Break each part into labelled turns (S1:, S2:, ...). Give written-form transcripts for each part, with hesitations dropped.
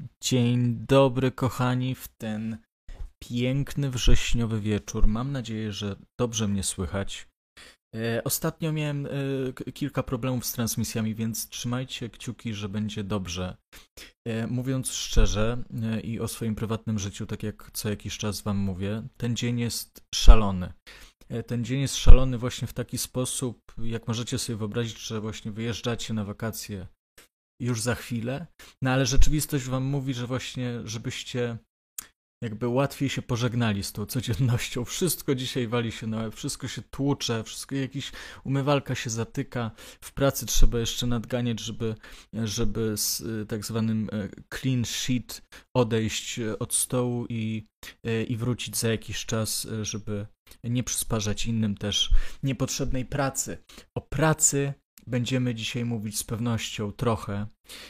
S1: Dzień dobry, kochani, w ten piękny wrześniowy wieczór. Mam nadzieję, że dobrze mnie słychać. Ostatnio miałem kilka problemów z transmisjami, więc trzymajcie kciuki, że będzie dobrze. Mówiąc szczerze i o swoim prywatnym życiu, tak jak co jakiś czas wam mówię, ten dzień jest szalony. Ten dzień jest szalony właśnie w taki sposób, jak możecie sobie wyobrazić, że właśnie wyjeżdżacie na wakacje już za chwilę, no ale rzeczywistość wam mówi, że właśnie, żebyście jakby łatwiej się pożegnali z tą codziennością. Wszystko dzisiaj wali się na łeb, wszystko się tłucze, wszystko jakiś umywalka się zatyka, w pracy trzeba jeszcze nadganiać, żeby z tak zwanym clean sheet odejść od stołu i wrócić za jakiś czas, żeby nie przysparzać innym też niepotrzebnej pracy. O pracy będziemy dzisiaj mówić z pewnością trochę.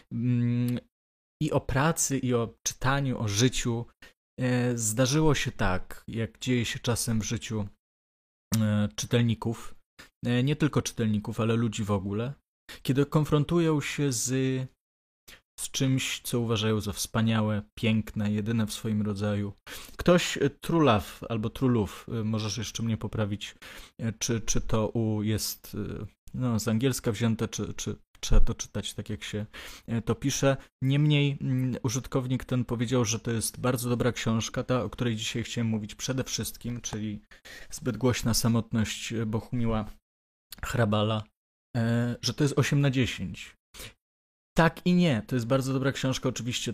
S1: I o pracy, i o czytaniu, o życiu. Zdarzyło się tak, jak dzieje się czasem w życiu czytelników, nie tylko czytelników, ale ludzi w ogóle, kiedy konfrontują się z czymś, co uważają za wspaniałe, piękne, jedyne w swoim rodzaju. Ktoś true love albo true love, możesz jeszcze mnie poprawić, czy to jest z angielska wzięte, czy trzeba to czytać tak, jak się to pisze. Niemniej użytkownik ten powiedział, że to jest bardzo dobra książka, ta, o której dzisiaj chciałem mówić przede wszystkim, czyli Zbyt głośna samotność Bohumiła Hrabala, że to jest 8/10. Tak i nie, to jest bardzo dobra książka, oczywiście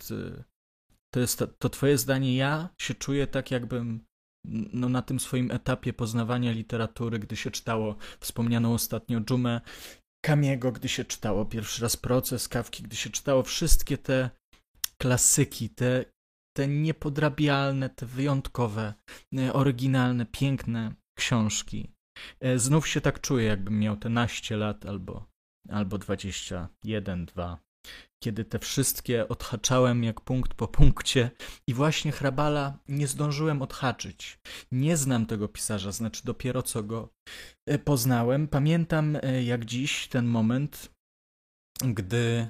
S1: to twoje zdanie. Ja się czuję tak, jakbym na tym swoim etapie poznawania literatury, gdy się czytało wspomnianą ostatnio Dżumę Kamiego, gdy się czytało pierwszy raz Proces Kafki, gdy się czytało wszystkie te klasyki, te niepodrabialne, te wyjątkowe, oryginalne, piękne książki. Znów się tak czuję, jakbym miał te naście lat albo 21, 2, kiedy te wszystkie odhaczałem jak punkt po punkcie i właśnie Hrabala nie zdążyłem odhaczyć. Nie znam tego pisarza, znaczy dopiero co go poznałem. Pamiętam jak dziś ten moment, gdy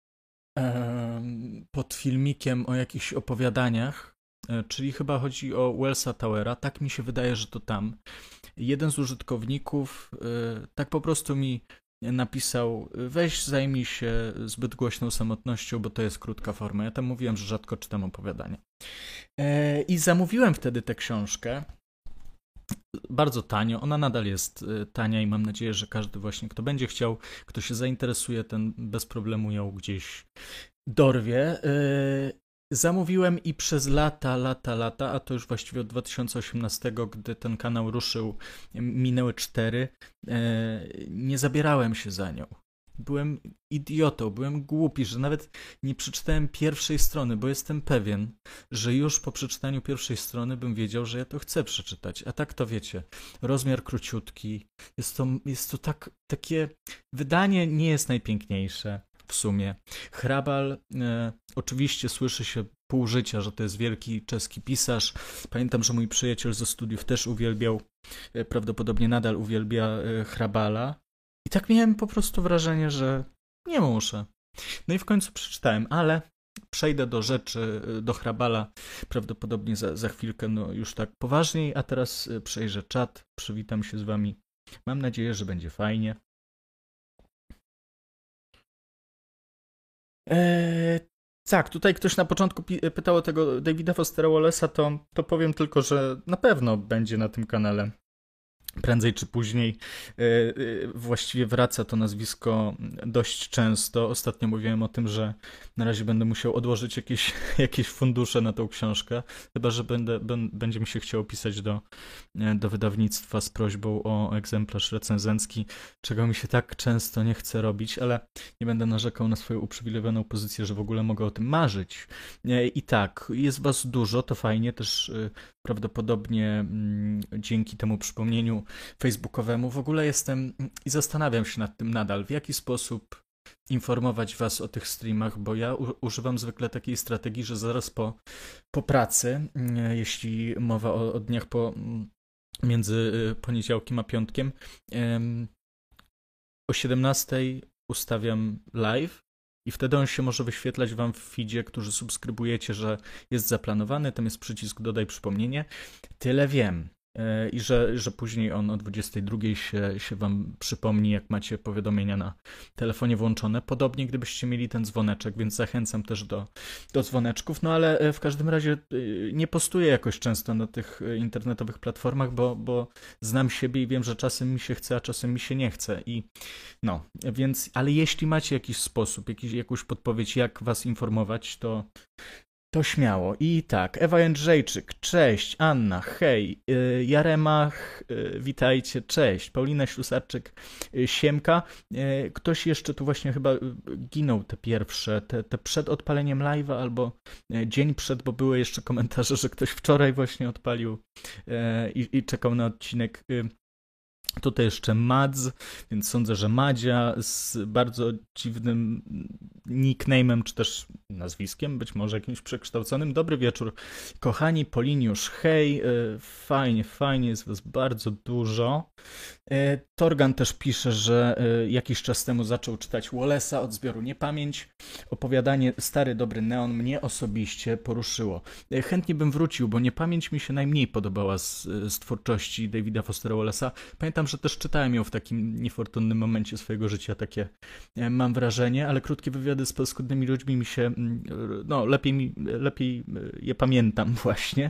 S1: pod filmikiem o jakichś opowiadaniach, czyli chyba chodzi o Wellsa Towera, tak mi się wydaje, że to tam, jeden z użytkowników tak po prostu mi napisał: weź zajmij się Zbyt głośną samotnością, bo to jest krótka forma. Ja tam mówiłem, że rzadko czytam opowiadania. I zamówiłem wtedy tę książkę. Bardzo tanio. Ona nadal jest tania i mam nadzieję, że każdy właśnie, kto będzie chciał, kto się zainteresuje, ten bez problemu ją gdzieś dorwie. Zamówiłem i przez lata, a to już właściwie od 2018, gdy ten kanał ruszył, minęły 4, nie zabierałem się za nią. Byłem idiotą, byłem głupi, że nawet nie przeczytałem pierwszej strony, bo jestem pewien, że już po przeczytaniu pierwszej strony bym wiedział, że ja to chcę przeczytać. A tak to wiecie, rozmiar króciutki, jest to takie, wydanie nie jest najpiękniejsze w sumie. Hrabal oczywiście słyszy się pół życia, że to jest wielki czeski pisarz. Pamiętam, że mój przyjaciel ze studiów też uwielbiał, prawdopodobnie nadal uwielbia Hrabala. I tak miałem po prostu wrażenie, że nie muszę. No i w końcu przeczytałem, ale przejdę do rzeczy, do Hrabala prawdopodobnie za chwilkę, już tak poważniej, a teraz przejrzę czat, przywitam się z wami. Mam nadzieję, że będzie fajnie. Tak, tutaj ktoś na początku pytał o tego Davida Fostera Wallace'a, to powiem tylko, że na pewno będzie na tym kanale. Prędzej czy później właściwie wraca to nazwisko dość często. Ostatnio mówiłem o tym, że na razie będę musiał odłożyć jakieś fundusze na tą książkę, chyba że będzie mi się chciało pisać do wydawnictwa z prośbą o egzemplarz recenzencki, czego mi się tak często nie chce robić, ale nie będę narzekał na swoją uprzywilejowaną pozycję, że w ogóle mogę o tym marzyć. I tak, jest was dużo, to fajnie, też prawdopodobnie dzięki temu przypomnieniu facebookowemu w ogóle jestem i zastanawiam się nad tym nadal, w jaki sposób informować was o tych streamach, bo ja używam zwykle takiej strategii, że zaraz po pracy, jeśli mowa o dniach między poniedziałkiem a piątkiem, o 17 ustawiam live I wtedy on się może wyświetlać wam w feedzie, którzy subskrybujecie, że jest zaplanowany, tam jest przycisk dodaj przypomnienie. Tyle wiem. I że później on o 22 się wam przypomni, jak macie powiadomienia na telefonie włączone. Podobnie gdybyście mieli ten dzwoneczek, więc zachęcam też do dzwoneczków. No ale w każdym razie nie postuję jakoś często na tych internetowych platformach, bo znam siebie i wiem, że czasem mi się chce, a czasem mi się nie chce. I no, więc, ale jeśli macie jakiś sposób, jakąś podpowiedź, jak was informować, to śmiało. I tak, Ewa Jędrzejczyk, cześć, Anna, hej, Jaremach, witajcie, cześć, Paulina Ślusarczyk, siemka. Ktoś jeszcze tu właśnie chyba ginął te pierwsze, te przed odpaleniem live'a albo dzień przed, bo były jeszcze komentarze, że ktoś wczoraj właśnie odpalił i czekał na odcinek. Tutaj jeszcze Madz, więc sądzę, że Madzia z bardzo dziwnym nickname'em, czy też nazwiskiem, być może jakimś przekształconym. Dobry wieczór, kochani, Poliniusz, hej, fajnie, jest was bardzo dużo. Torgan też pisze, że jakiś czas temu zaczął czytać Wallace'a od zbioru Niepamięć. Opowiadanie Stary Dobry Neon mnie osobiście poruszyło. Chętnie bym wrócił, bo Niepamięć mi się najmniej podobała z twórczości Davida Fostera Wallace'a. Pamiętam, że też czytałem ją w takim niefortunnym momencie swojego życia, takie mam wrażenie, ale krótkie wywiady z paskudnymi ludźmi mi się, no lepiej je pamiętam właśnie,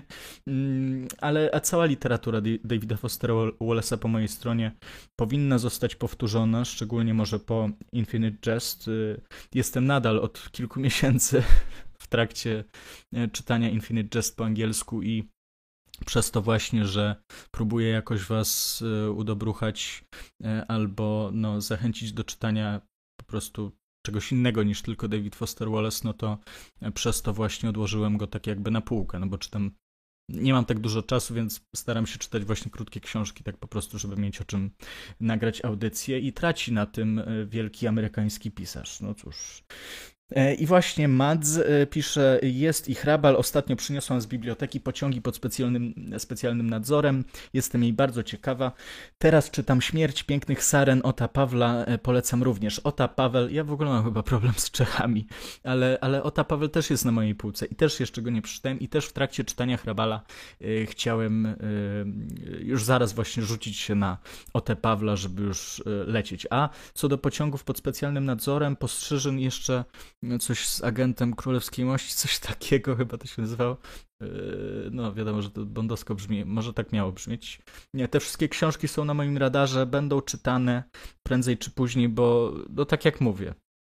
S1: a cała literatura Davida Fostera Wallace'a po mojej stronie powinna zostać powtórzona, szczególnie może po Infinite Jest. Jestem nadal od kilku miesięcy w trakcie czytania Infinite Jest po angielsku i przez to właśnie, że próbuję jakoś was udobruchać albo no, zachęcić do czytania po prostu czegoś innego niż tylko David Foster Wallace, no to przez to właśnie odłożyłem go tak jakby na półkę, no bo czytam, nie mam tak dużo czasu, więc staram się czytać właśnie krótkie książki, tak po prostu, żeby mieć o czym nagrać audycję i traci na tym wielki amerykański pisarz. No cóż. I właśnie Mads pisze, jest ich rabal, ostatnio przyniosłam z biblioteki pociągi pod specjalnym nadzorem, jestem jej bardzo ciekawa. Teraz czytam Śmierć pięknych saren Ota Pawla, polecam również. Ota Paweł, ja w ogóle mam chyba problem z Czechami, ale Ota Paweł też jest na mojej półce i też jeszcze go nie przeczytałem i też w trakcie czytania hrabala chciałem już zaraz właśnie rzucić się na Otę Pawla, żeby już lecieć. A co do pociągów pod specjalnym nadzorem, postrzeżeń jeszcze coś z agentem Królewskiej Mości, coś takiego chyba to się nazywało. No wiadomo, że to bondowsko brzmi, może tak miało brzmieć. Nie, te wszystkie książki są na moim radarze, będą czytane prędzej czy później, bo no tak jak mówię,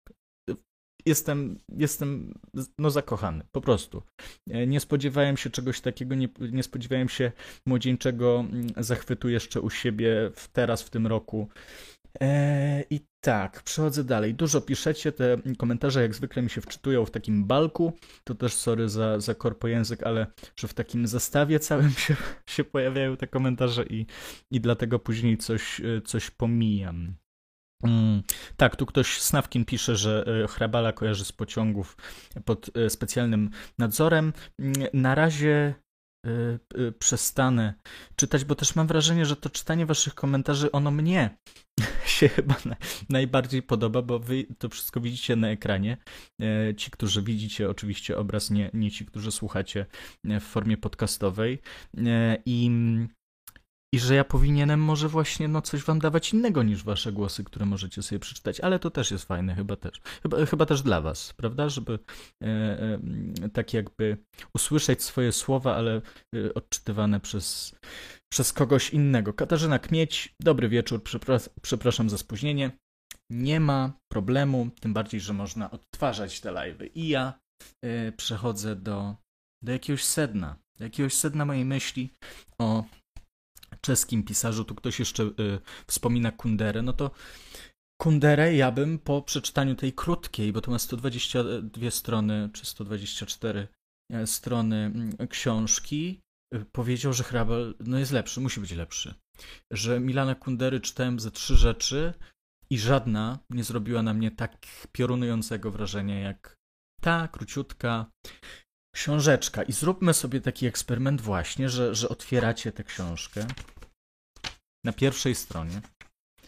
S1: jestem no zakochany, po prostu. Nie spodziewałem się czegoś takiego, nie spodziewałem się młodzieńczego zachwytu jeszcze u siebie teraz w tym roku. I tak, przechodzę dalej. Dużo piszecie, te komentarze jak zwykle mi się wczytują w takim balku. To też sorry za korpojęzyk, ale że w takim zestawie całym się pojawiają te komentarze i dlatego później coś pomijam. Tak, tu ktoś Snawkin pisze, że hrabala kojarzy z pociągów pod specjalnym nadzorem. Na razie przestanę czytać, bo też mam wrażenie, że to czytanie waszych komentarzy, ono mnie się chyba najbardziej podoba, bo wy to wszystko widzicie na ekranie. Ci, którzy widzicie oczywiście obraz, nie ci, którzy słuchacie w formie podcastowej. I że ja powinienem może właśnie no coś wam dawać innego niż wasze głosy, które możecie sobie przeczytać, ale to też jest fajne chyba też dla was, prawda, żeby tak jakby usłyszeć swoje słowa, ale odczytywane przez kogoś innego. Katarzyna Kmieć, dobry wieczór, przepraszam za spóźnienie. Nie ma problemu, tym bardziej, że można odtwarzać te live'y. I ja przechodzę do jakiegoś sedna mojej myśli o czeskim pisarzu. Tu ktoś jeszcze wspomina Kunderę. No to Kunderę ja bym po przeczytaniu tej krótkiej, bo to ma 122 strony, czy 124 strony książki, powiedział, że hrabal no jest lepszy, musi być lepszy. Że Milana Kundery czytałem ze 3 rzeczy i żadna nie zrobiła na mnie tak piorunującego wrażenia jak ta króciutka książeczka. I zróbmy sobie taki eksperyment właśnie, że otwieracie tę książkę na pierwszej stronie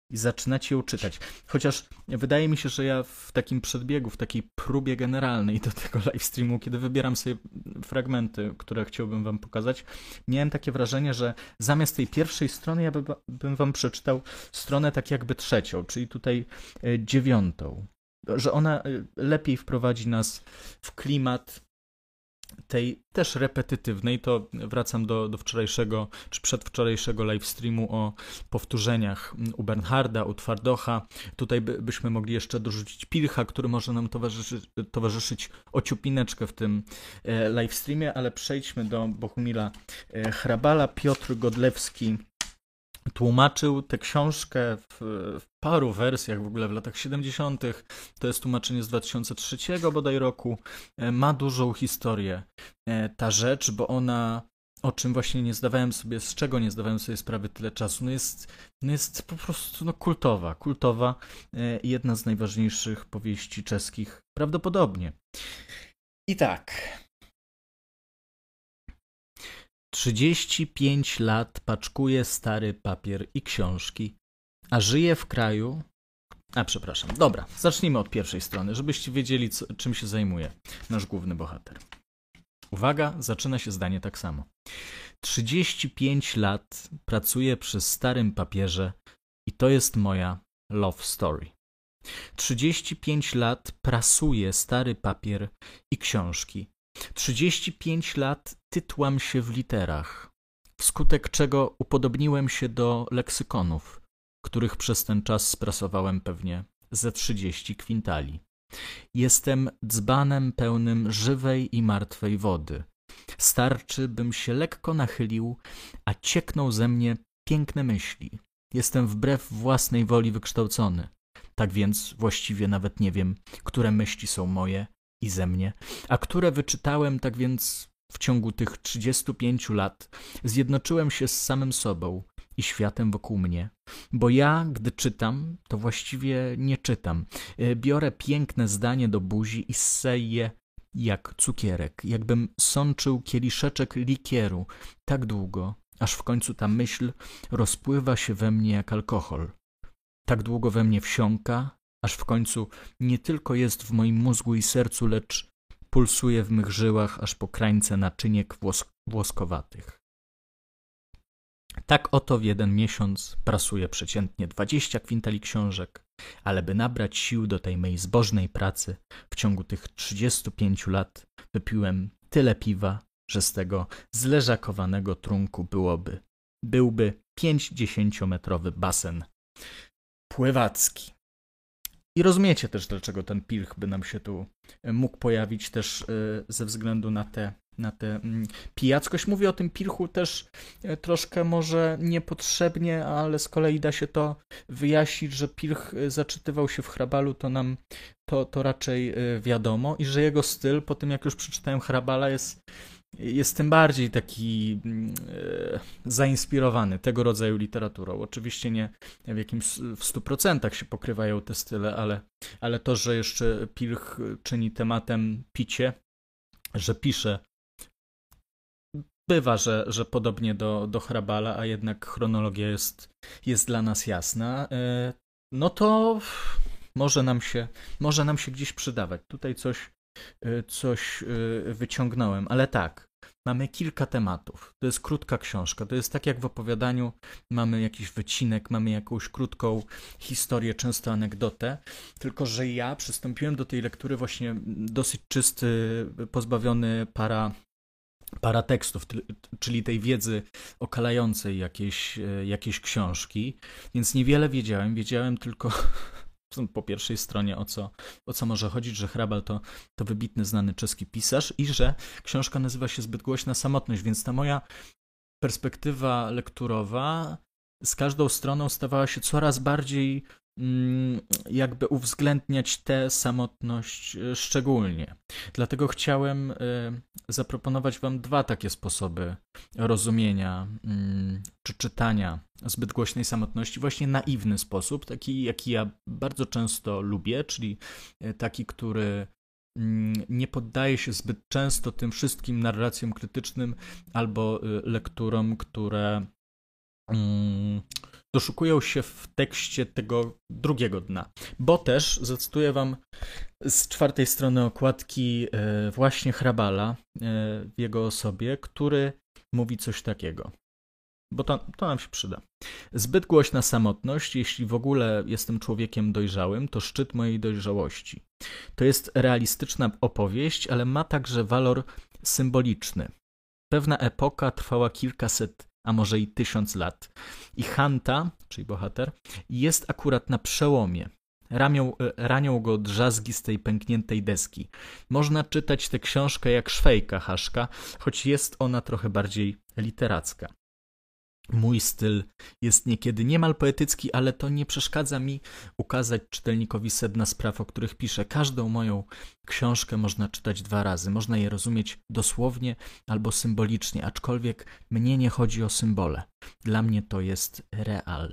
S1: i zaczynacie ją czytać. Chociaż wydaje mi się, że ja w takim przedbiegu, w takiej próbie generalnej do tego livestreamu, kiedy wybieram sobie fragmenty, które chciałbym wam pokazać, miałem takie wrażenie, że zamiast tej pierwszej strony ja bym wam przeczytał stronę tak jakby trzecią, czyli tutaj 9. Że ona lepiej wprowadzi nas w klimat tej też repetytywnej, to wracam do wczorajszego czy przedwczorajszego livestreamu o powtórzeniach u Bernharda, u Twardocha. Tutaj byśmy mogli jeszcze dorzucić Pilcha, który może nam towarzyszyć ociupineczkę w tym livestreamie, ale przejdźmy do Bohumila Hrabala. Piotr Godlewski tłumaczył tę książkę w paru wersjach w ogóle w latach 70. To jest tłumaczenie z 2003 bodaj roku. Ma dużą historię ta rzecz, bo ona, o czym właśnie z czego nie zdawałem sobie sprawy tyle czasu, jest po prostu kultowa. Jedna z najważniejszych powieści czeskich prawdopodobnie. I tak. 35 lat paczkuje stary papier i książki, a żyje w kraju... Dobra, zacznijmy od pierwszej strony, żebyście wiedzieli, czym się zajmuje nasz główny bohater. Uwaga, zaczyna się zdanie tak samo. 35 lat pracuję przy starym papierze i to jest moja love story. 35 lat prasuję stary papier i książki. 35 lat tytłam się w literach, wskutek czego upodobniłem się do leksykonów, których przez ten czas sprasowałem pewnie ze 30 kwintali. Jestem dzbanem pełnym żywej i martwej wody. Starczy, bym się lekko nachylił, a ciekną ze mnie piękne myśli. Jestem wbrew własnej woli wykształcony. Tak więc właściwie nawet nie wiem, które myśli są moje i ze mnie, a które wyczytałem, tak więc w ciągu tych 35 lat zjednoczyłem się z samym sobą i światem wokół mnie. Bo ja, gdy czytam, to właściwie nie czytam. Biorę piękne zdanie do buzi i sseję je jak cukierek, jakbym sączył kieliszeczek likieru tak długo, aż w końcu ta myśl rozpływa się we mnie jak alkohol. Tak długo we mnie wsiąka, aż w końcu nie tylko jest w moim mózgu i sercu, lecz pulsuje w mych żyłach aż po krańce naczyniek włoskowatych. Tak oto w jeden miesiąc prasuję przeciętnie 20 kwintali książek, ale by nabrać sił do tej mej zbożnej pracy, w ciągu tych 35 lat wypiłem tyle piwa, że z tego zleżakowanego trunku byłby 5-10-metrowy basen pływacki. I rozumiecie też, dlaczego ten pilch by nam się tu mógł pojawić też ze względu na tę pijackość. Mówię o tym pilchu też troszkę może niepotrzebnie, ale z kolei da się to wyjaśnić, że pilch zaczytywał się w Hrabalu, to nam to raczej wiadomo i że jego styl, po tym jak już przeczytałem Hrabala, jest tym bardziej taki zainspirowany tego rodzaju literaturą. Oczywiście nie w 100% się pokrywają te style, ale to, że jeszcze pilch czyni tematem picie, że pisze, bywa, że podobnie do Hrabala, a jednak chronologia jest dla nas jasna, no to może nam się gdzieś przydawać. Tutaj coś wyciągnąłem, ale tak, mamy kilka tematów. To jest krótka książka, to jest tak jak w opowiadaniu, mamy jakiś wycinek, mamy jakąś krótką historię, często anegdotę, tylko że ja przystąpiłem do tej lektury właśnie dosyć czysty, pozbawiony para tekstów, czyli tej wiedzy okalającej jakieś książki, więc niewiele wiedziałem tylko po pierwszej stronie o co może chodzić, że Hrabal to wybitny, znany czeski pisarz i że książka nazywa się Zbyt głośna samotność, więc ta moja perspektywa lekturowa z każdą stroną stawała się coraz bardziej jakby uwzględniać tę samotność szczególnie. Dlatego chciałem zaproponować wam dwa takie sposoby rozumienia czy czytania zbyt głośnej samotności. Właśnie naiwny sposób, taki jaki ja bardzo często lubię, czyli taki, który nie poddaje się zbyt często tym wszystkim narracjom krytycznym albo lekturom, które doszukują się w tekście tego drugiego dna. Bo też, zacytuję wam z 4. strony okładki właśnie Hrabala w jego osobie, który mówi coś takiego. Bo to nam się przyda. Zbyt głośna samotność, jeśli w ogóle jestem człowiekiem dojrzałym, to szczyt mojej dojrzałości. To jest realistyczna opowieść, ale ma także walor symboliczny. Pewna epoka trwała kilkaset, a może i 1000 lat. I Hanta, czyli bohater, jest akurat na przełomie. Ranią go drzazgi z tej pękniętej deski. Można czytać tę książkę jak szwejka Haszka, choć jest ona trochę bardziej literacka. Mój styl jest niekiedy niemal poetycki, ale to nie przeszkadza mi ukazać czytelnikowi sedna spraw, o których piszę. Każdą moją książkę można czytać 2 razy. Można je rozumieć dosłownie albo symbolicznie, aczkolwiek mnie nie chodzi o symbole. Dla mnie to jest real.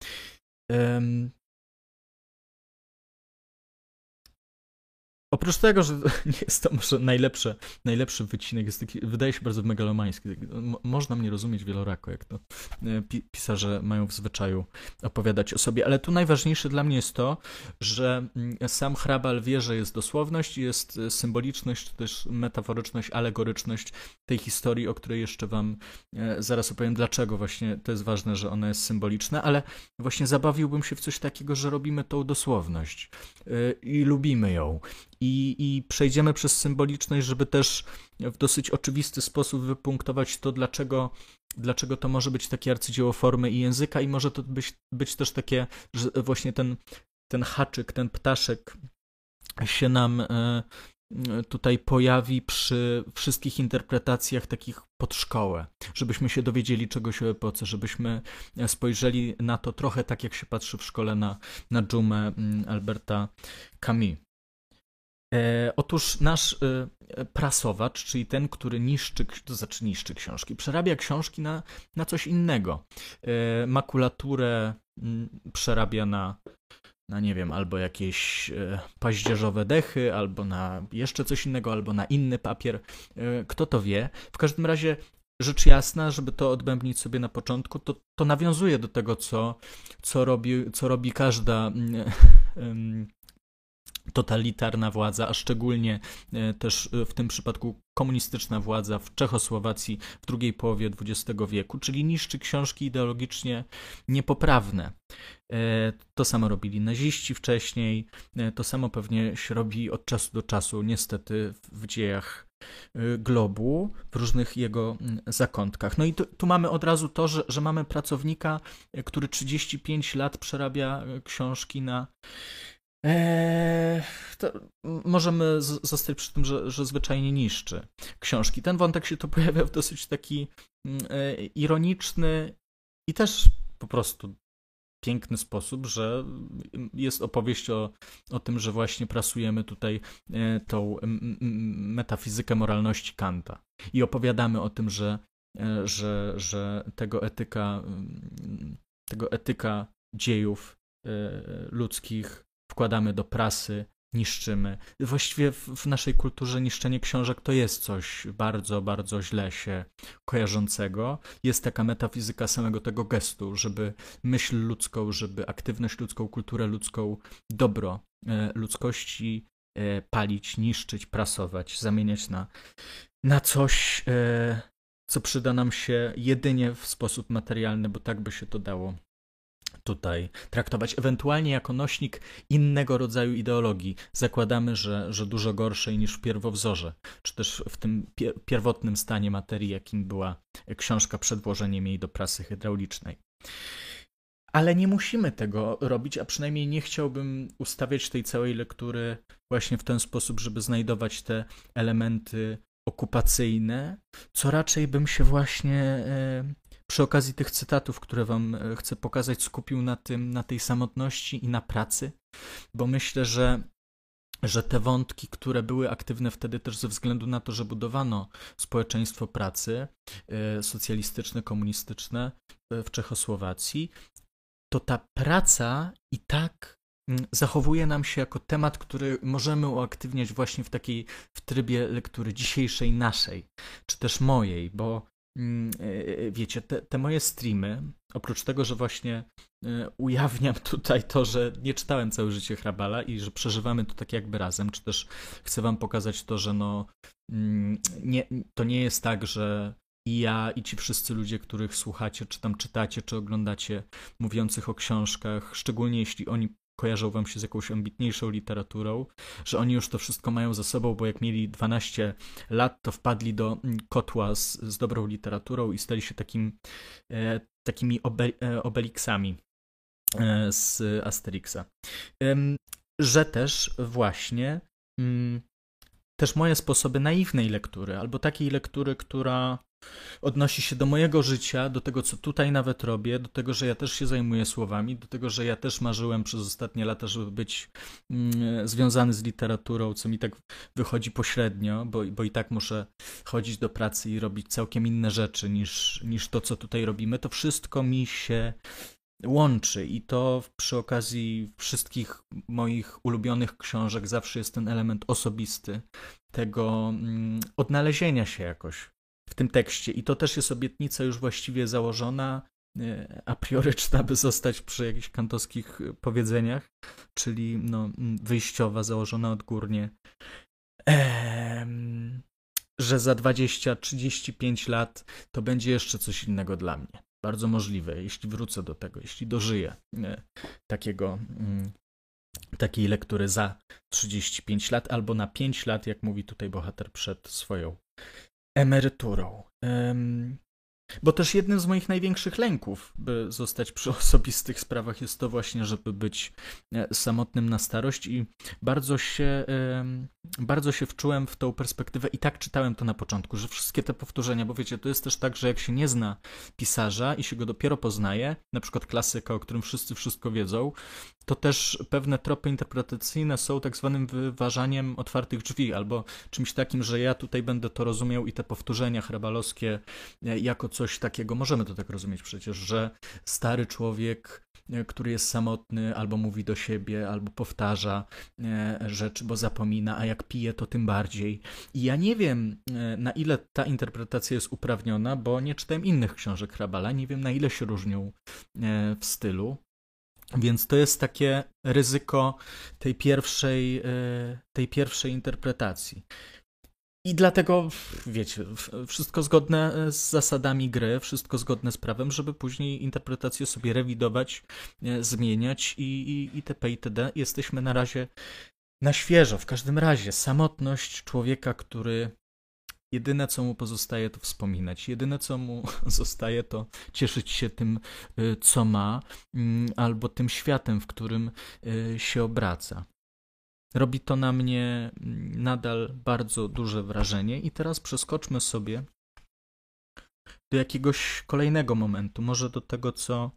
S1: Oprócz tego, że nie jest to może najlepszy wycinek, jest taki, wydaje się bardzo megalomański. Można mnie rozumieć wielorako, jak to pisarze mają w zwyczaju opowiadać o sobie, ale tu najważniejsze dla mnie jest to, że sam Hrabal wie, że jest dosłowność, jest symboliczność, czy też metaforyczność, alegoryczność tej historii, o której jeszcze wam zaraz opowiem, dlaczego właśnie to jest ważne, że ona jest symboliczna, ale właśnie zabawiłbym się w coś takiego, że robimy tą dosłowność i lubimy ją. I przejdziemy przez symboliczność, żeby też w dosyć oczywisty sposób wypunktować to, dlaczego to może być takie arcydzieło formy i języka i może to być też takie, że właśnie ten haczyk, ten ptaszek się nam tutaj pojawi przy wszystkich interpretacjach takich pod szkołę, żebyśmy się dowiedzieli czegoś o epoce, żebyśmy spojrzeli na to trochę tak, jak się patrzy w szkole na dżumę Alberta Camus. Otóż nasz prasowacz, czyli ten, który niszczy książki, przerabia książki na coś innego. Makulaturę przerabia na nie wiem, albo jakieś paździerzowe dechy, albo na jeszcze coś innego, albo na inny papier. Kto to wie? W każdym razie rzecz jasna, żeby to odbębnić sobie na początku, to nawiązuje do tego, co robi każda totalitarna władza, a szczególnie też w tym przypadku komunistyczna władza w Czechosłowacji w drugiej połowie XX wieku, czyli niszczy książki ideologicznie niepoprawne. To samo robili naziści wcześniej, to samo pewnie się robi od czasu do czasu, niestety, w dziejach globu, w różnych jego zakątkach. No i tu mamy od razu to, że mamy pracownika, który 35 lat przerabia książki na to możemy zostać przy tym, że zwyczajnie niszczy książki. Ten wątek się tu pojawia w dosyć taki ironiczny i też po prostu piękny sposób, że jest opowieść o tym, że właśnie prasujemy tutaj tą metafizykę moralności Kanta i opowiadamy o tym, że tego etyka dziejów ludzkich wkładamy do prasy, niszczymy. Właściwie w naszej kulturze niszczenie książek to jest coś bardzo, bardzo źle się kojarzącego. Jest taka metafizyka samego tego gestu, żeby myśl ludzką, żeby aktywność ludzką, kulturę ludzką, dobro ludzkości palić, niszczyć, prasować, zamieniać na coś, co przyda nam się jedynie w sposób materialny, bo tak by się to dało tutaj traktować, ewentualnie jako nośnik innego rodzaju ideologii. Zakładamy, że dużo gorszej niż w pierwowzorze, czy też w tym pierwotnym stanie materii, jakim była książka przed włożeniem jej do prasy hydraulicznej. Ale nie musimy tego robić, a przynajmniej nie chciałbym ustawiać tej całej lektury właśnie w ten sposób, żeby znajdować te elementy okupacyjne, co raczej bym się właśnie przy okazji tych cytatów, które wam chcę pokazać, skupił na tej samotności i na pracy, bo myślę, że te wątki, które były aktywne wtedy też ze względu na to, że budowano społeczeństwo pracy socjalistyczne, komunistyczne w Czechosłowacji, to ta praca i tak zachowuje nam się jako temat, który możemy uaktywniać właśnie w trybie lektury dzisiejszej naszej, czy też mojej, bo wiecie, te moje streamy, oprócz tego, że właśnie ujawniam tutaj to, że nie czytałem całe życie Hrabala i że przeżywamy to tak jakby razem, czy też chcę wam pokazać to, że no nie, to nie jest tak, że i ja, i ci wszyscy ludzie, których słuchacie, czy tam czytacie, czy oglądacie, mówiących o książkach, szczególnie jeśli oni kojarzą wam się z jakąś ambitniejszą literaturą, że oni już to wszystko mają za sobą, bo jak mieli 12 lat, to wpadli do kotła z dobrą literaturą i stali się takimi Obeliksami z Asterixa. Że też właśnie też moje sposoby naiwnej lektury, albo takiej lektury, która odnosi się do mojego życia, do tego, co tutaj nawet robię, do tego, że ja też się zajmuję słowami, do tego, że ja też marzyłem przez ostatnie lata, żeby być związany z literaturą, co mi tak wychodzi pośrednio, bo i tak muszę chodzić do pracy i robić całkiem inne rzeczy niż to, co tutaj robimy. To wszystko mi się łączy i to przy okazji wszystkich moich ulubionych książek zawsze jest ten element osobisty, tego odnalezienia się jakoś w tym tekście. I to też jest obietnica już właściwie założona, aprioryczna, by zostać przy jakichś kantowskich powiedzeniach, czyli no, wyjściowa, założona odgórnie, że za 20-35 lat to będzie jeszcze coś innego dla mnie. Bardzo możliwe, jeśli wrócę do tego, jeśli dożyję takiej lektury za 35 lat albo na 5 lat, jak mówi tutaj bohater przed swoją emeryturą. Bo też jednym z moich największych lęków, by zostać przy osobistych sprawach, jest to właśnie, żeby być samotnym na starość i bardzo się wczułem w tą perspektywę i tak czytałem to na początku, że wszystkie te powtórzenia, bo wiecie, to jest też tak, że jak się nie zna pisarza i się go dopiero poznaje, na przykład klasyka, o którym wszyscy wszystko wiedzą, to też pewne tropy interpretacyjne są tak zwanym wyważaniem otwartych drzwi, albo czymś takim, że ja tutaj będę to rozumiał i te powtórzenia hrabalowskie jako coś takiego, możemy to tak rozumieć przecież, że stary człowiek, który jest samotny, albo mówi do siebie, albo powtarza rzeczy, bo zapomina, a jak pije, to tym bardziej. I ja nie wiem, na ile ta interpretacja jest uprawniona, bo nie czytałem innych książek Hrabala, nie wiem, na ile się różnią w stylu. Więc to jest takie ryzyko tej pierwszej interpretacji. I dlatego, wiecie, wszystko zgodne z zasadami gry, wszystko zgodne z prawem, żeby później interpretację sobie rewidować, zmieniać i itp. itd. Jesteśmy na razie na świeżo. W każdym razie samotność człowieka, który jedyne, co mu pozostaje, to wspominać. Jedyne, co mu zostaje, to cieszyć się tym, co ma, albo tym światem, w którym się obraca. Robi to na mnie nadal bardzo duże wrażenie i teraz przeskoczmy sobie do jakiegoś kolejnego momentu, może do tego, co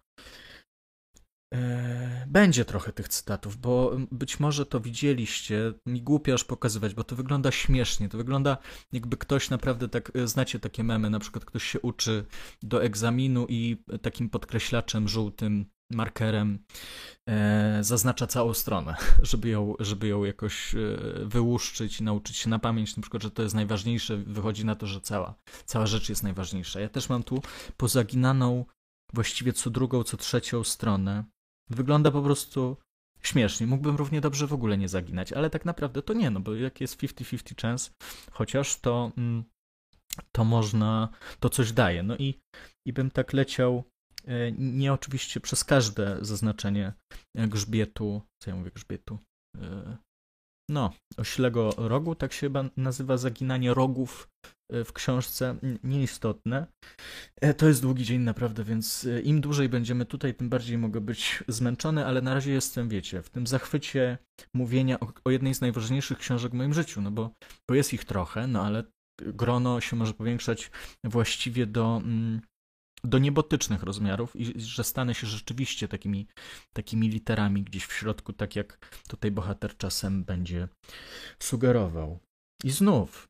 S1: będzie trochę tych cytatów, bo być może to widzieliście, mi głupio aż pokazywać, bo to wygląda śmiesznie, to wygląda jakby ktoś naprawdę tak, znacie takie memy, na przykład ktoś się uczy do egzaminu i takim podkreślaczem żółtym, markerem zaznacza całą stronę, żeby ją jakoś wyłuszczyć i nauczyć się na pamięć, na przykład, że to jest najważniejsze, wychodzi na to, że cała rzecz jest najważniejsza. Ja też mam tu pozaginaną właściwie co drugą, co trzecią stronę. Wygląda po prostu śmiesznie. Mógłbym równie dobrze w ogóle nie zaginać, ale tak naprawdę to nie, no bo jak jest 50-50 chance, chociaż to można, to coś daje. No i bym tak leciał nie oczywiście przez każde zaznaczenie grzbietu, co ja mówię grzbietu, no, oślego rogu, tak się chyba nazywa zaginanie rogów w książce, nieistotne. To jest długi dzień naprawdę, więc im dłużej będziemy tutaj, tym bardziej mogę być zmęczony, ale na razie jestem, wiecie, w tym zachwycie mówienia o jednej z najważniejszych książek w moim życiu, no bo jest ich trochę, no ale grono się może powiększać właściwie do niebotycznych rozmiarów i że stanę się rzeczywiście takimi literami gdzieś w środku, tak jak tutaj bohater czasem będzie sugerował. I znów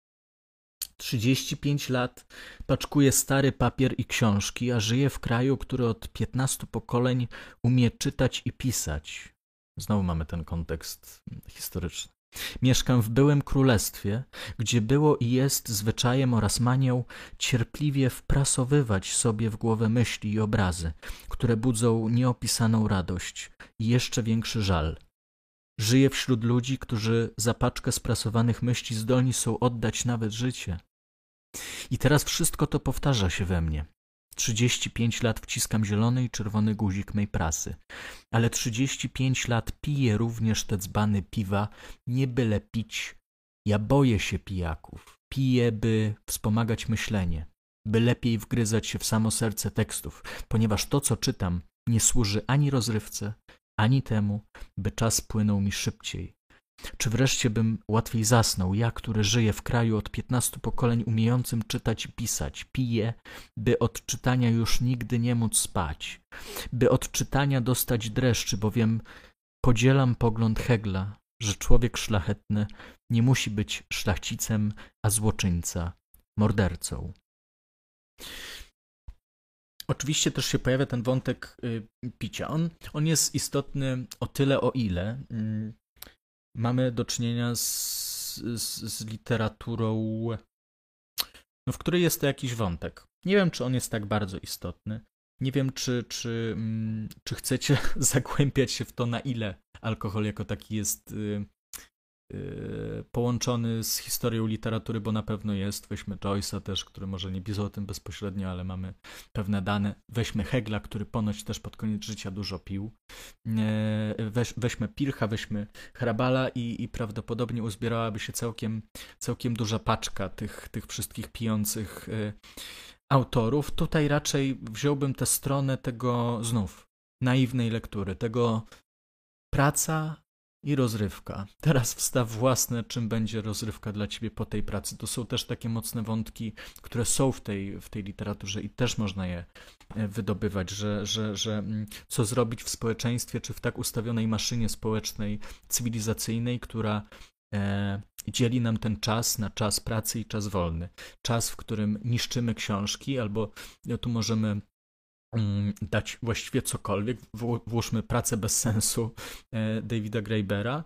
S1: 35 lat paczkuje stary papier i książki, a żyje w kraju, który od 15 pokoleń umie czytać i pisać. Znowu mamy ten kontekst historyczny. Mieszkam w byłym królestwie, gdzie było i jest zwyczajem oraz manią cierpliwie wprasowywać sobie w głowę myśli i obrazy, które budzą nieopisaną radość i jeszcze większy żal. Żyję wśród ludzi, którzy za paczkę sprasowanych myśli zdolni są oddać nawet życie. I teraz wszystko to powtarza się we mnie. 35 lat wciskam zielony i czerwony guzik mej prasy, ale 35 lat piję również te dzbany piwa, nie byle pić. Ja boję się pijaków. Piję, by wspomagać myślenie, by lepiej wgryzać się w samo serce tekstów, ponieważ to, co czytam, nie służy ani rozrywce, ani temu, by czas płynął mi szybciej. Czy wreszcie bym łatwiej zasnął, ja, który żyję w kraju od 15 pokoleń umiejącym czytać i pisać, piję, by od czytania już nigdy nie móc spać, by od czytania dostać dreszczy, bowiem podzielam pogląd Hegla, że człowiek szlachetny nie musi być szlachcicem, a złoczyńca mordercą. Oczywiście też się pojawia ten wątek picia. On jest istotny o tyle, o ile mamy do czynienia z literaturą, w której jest to jakiś wątek. Nie wiem, czy on jest tak bardzo istotny. Nie wiem, czy chcecie zagłębiać się w to, na ile alkohol jako taki jest połączony z historią literatury, bo na pewno jest. Weźmy Joyce'a też, który może nie pisał o tym bezpośrednio, ale mamy pewne dane. Weźmy Hegla, który ponoć też pod koniec życia dużo pił. Weźmy Pilcha, weźmy Hrabala i prawdopodobnie uzbierałaby się całkiem duża paczka tych wszystkich pijących autorów. Tutaj raczej wziąłbym tę stronę tego znów naiwnej lektury, tego praca i rozrywka. Teraz wstaw własne, czym będzie rozrywka dla ciebie po tej pracy. To są też takie mocne wątki, które są w tej literaturze i też można je wydobywać, że co zrobić w społeczeństwie, czy w tak ustawionej maszynie społecznej, cywilizacyjnej, która dzieli nam ten czas na czas pracy i czas wolny. Czas, w którym niszczymy książki, albo tu możemy dać właściwie cokolwiek, włóżmy pracę bez sensu Davida Graebera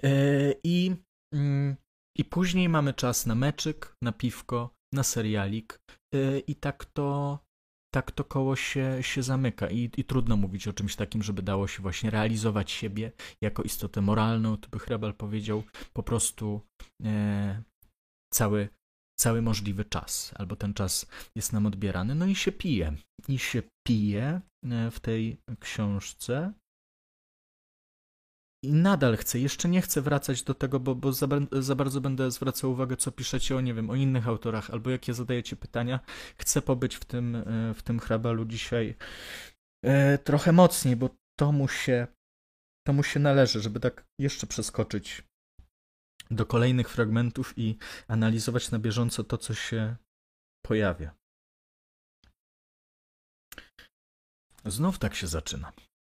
S1: i później mamy czas na meczyk, na piwko, na serialik i tak to koło się zamyka i trudno mówić o czymś takim, żeby dało się właśnie realizować siebie jako istotę moralną, to by Hrabal powiedział po prostu cały możliwy czas, albo ten czas jest nam odbierany, no i się pije. I się pije w tej książce i nadal chcę, jeszcze nie chcę wracać do tego, bo za bardzo będę zwracał uwagę, co piszecie o, nie wiem, o innych autorach, albo jakie zadajecie pytania. Chcę pobyć w tym Hrabalu dzisiaj trochę mocniej, bo to mu się należy, żeby tak jeszcze przeskoczyć do kolejnych fragmentów i analizować na bieżąco to, co się pojawia. Znów tak się zaczyna.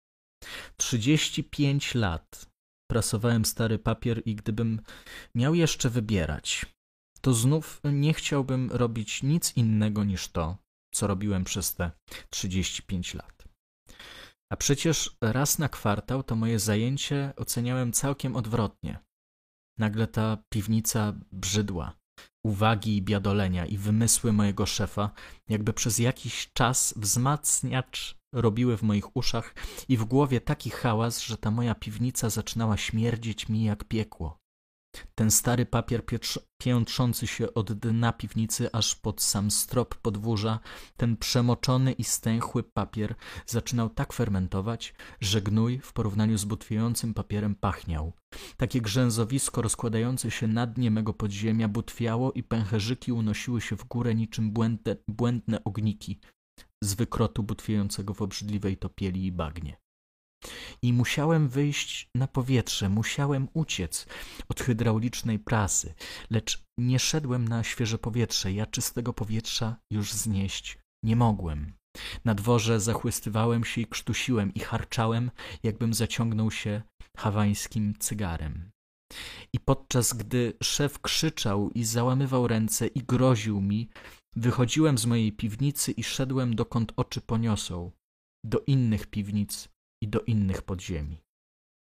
S1: 35 lat prasowałem stary papier i gdybym miał jeszcze wybierać, to znów nie chciałbym robić nic innego niż to, co robiłem przez te 35 lat. A przecież raz na kwartał to moje zajęcie oceniałem całkiem odwrotnie. Nagle ta piwnica brzydła, uwagi i biadolenia i wymysły mojego szefa jakby przez jakiś czas wzmacniacz robiły w moich uszach i w głowie taki hałas, że ta moja piwnica zaczynała śmierdzieć mi jak piekło. Ten stary papier piętrzący się od dna piwnicy aż pod sam strop podwórza, ten przemoczony i stęchły papier zaczynał tak fermentować, że gnój w porównaniu z butwiejącym papierem pachniał. Takie grzęzowisko rozkładające się na dnie mego podziemia butwiało i pęcherzyki unosiły się w górę niczym błędne ogniki z wykrotu butwiejącego w obrzydliwej topieli i bagnie. I musiałem wyjść na powietrze, musiałem uciec od hydraulicznej prasy, lecz nie szedłem na świeże powietrze, ja czystego powietrza już znieść nie mogłem. Na dworze zachłystywałem się i krztusiłem i harczałem, jakbym zaciągnął się hawańskim cygarem. I podczas gdy szef krzyczał i załamywał ręce i groził mi, wychodziłem z mojej piwnicy i szedłem dokąd oczy poniosą, do innych piwnic i do innych podziemi.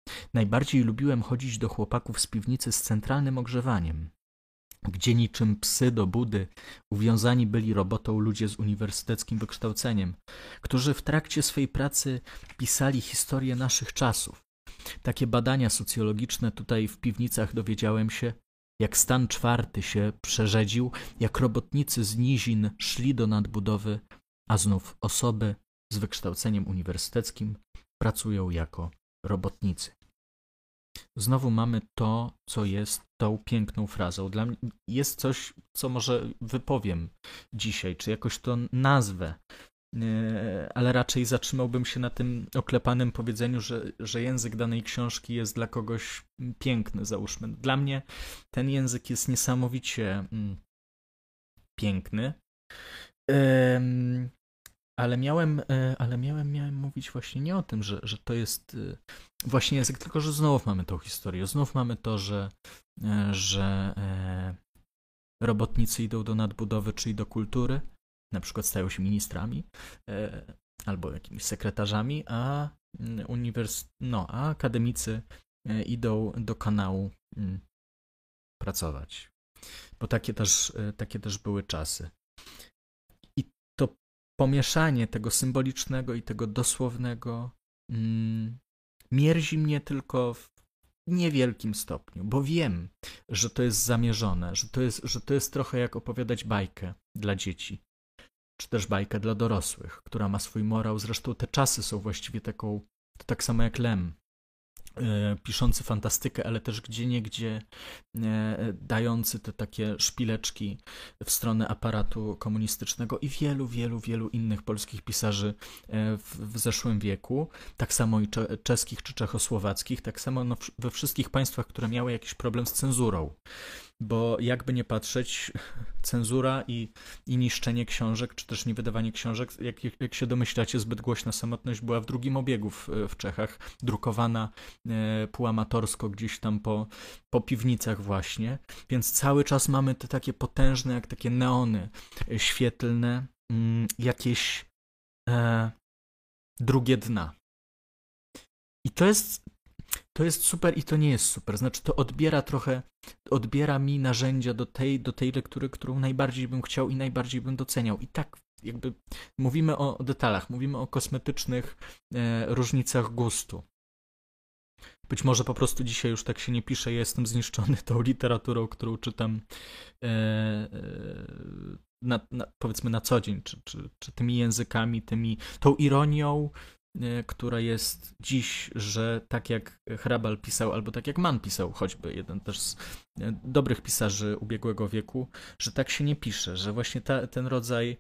S1: Najbardziej lubiłem chodzić do chłopaków z piwnicy z centralnym ogrzewaniem, gdzie niczym psy do budy uwiązani byli robotą ludzie z uniwersyteckim wykształceniem, którzy w trakcie swej pracy pisali historię naszych czasów. Takie badania socjologiczne tutaj w piwnicach dowiedziałem się, jak stan czwarty się przerzedził, jak robotnicy z nizin szli do nadbudowy, a znów osoby z wykształceniem uniwersyteckim pracują jako robotnicy. Znowu mamy to, co jest tą piękną frazą. Dla mnie jest coś, co może wypowiem dzisiaj, czy jakoś to nazwę, ale raczej zatrzymałbym się na tym oklepanym powiedzeniu, że język danej książki jest dla kogoś piękny, załóżmy. Dla mnie ten język jest niesamowicie piękny, ale miałem mówić właśnie nie o tym, że to jest właśnie język, tylko że znów mamy tą historię. Znów mamy to, że robotnicy idą do nadbudowy, czyli do na przykład stają się ministrami albo jakimiś sekretarzami, a akademicy idą do kanału pracować. Bo takie też były czasy. I to pomieszanie tego symbolicznego i tego dosłownego mierzi mnie tylko w niewielkim stopniu, bo wiem, że to jest zamierzone, że to jest trochę jak opowiadać bajkę dla dzieci, czy też bajkę dla dorosłych, która ma swój morał. Zresztą te czasy są właściwie to tak samo jak Lem, piszący fantastykę, ale też gdzieniegdzie dający te takie szpileczki w stronę aparatu komunistycznego i wielu innych polskich pisarzy w zeszłym wieku, tak samo i czeskich czy czechosłowackich, tak samo we wszystkich państwach, które miały jakiś problem z cenzurą. Bo jakby nie patrzeć, cenzura i niszczenie książek, czy też niewydawanie książek, jak się domyślacie, Zbyt głośna samotność była w drugim obiegu w Czechach, drukowana półamatorsko gdzieś tam po piwnicach właśnie, więc cały czas mamy te takie potężne, jak takie neony świetlne, jakieś drugie dna. I to jest super i to nie jest super. Znaczy to odbiera mi narzędzia do tej lektury, którą najbardziej bym chciał i najbardziej bym doceniał. I tak jakby mówimy o detalach, mówimy o kosmetycznych różnicach gustu. Być może po prostu dzisiaj już tak się nie pisze, ja jestem zniszczony tą literaturą, którą czytam powiedzmy na co dzień, czy tymi językami, tą ironią, która jest dziś, że tak jak Hrabal pisał, albo tak jak Mann pisał, choćby jeden też z dobrych pisarzy ubiegłego wieku, że tak się nie pisze, że właśnie ten rodzaj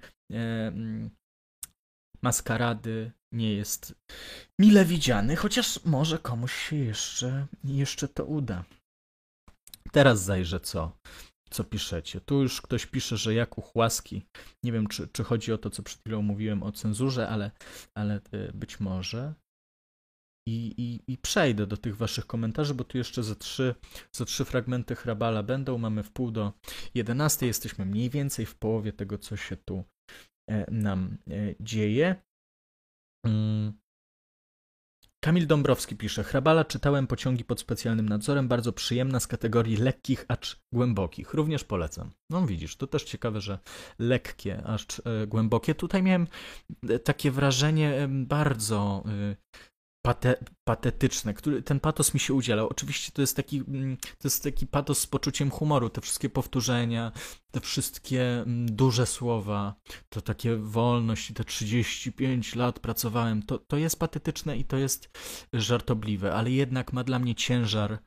S1: maskarady nie jest mile widziany, chociaż może komuś się jeszcze to uda. Teraz zajrzę, co piszecie. Tu już ktoś pisze, że Jakub Łaski, nie wiem, czy chodzi o to, co przed chwilą mówiłem o cenzurze, ale być może. I przejdę do tych waszych komentarzy, bo tu jeszcze ze trzy fragmenty Hrabala będą. Mamy w 10:30, jesteśmy mniej więcej w połowie tego, co się tu nam dzieje. Kamil Dąbrowski pisze: Hrabala czytałem Pociągi pod specjalnym nadzorem, bardzo przyjemna, z kategorii lekkich, acz głębokich. Również polecam. No widzisz, to też ciekawe, że lekkie, acz głębokie. Tutaj miałem takie wrażenie bardzo patetyczne, ten patos mi się udzielał. Oczywiście to jest taki patos z poczuciem humoru, te wszystkie powtórzenia, te wszystkie duże słowa, to takie wolność i te 35 lat pracowałem, to jest patetyczne i to jest żartobliwe, ale jednak ma dla mnie ciężar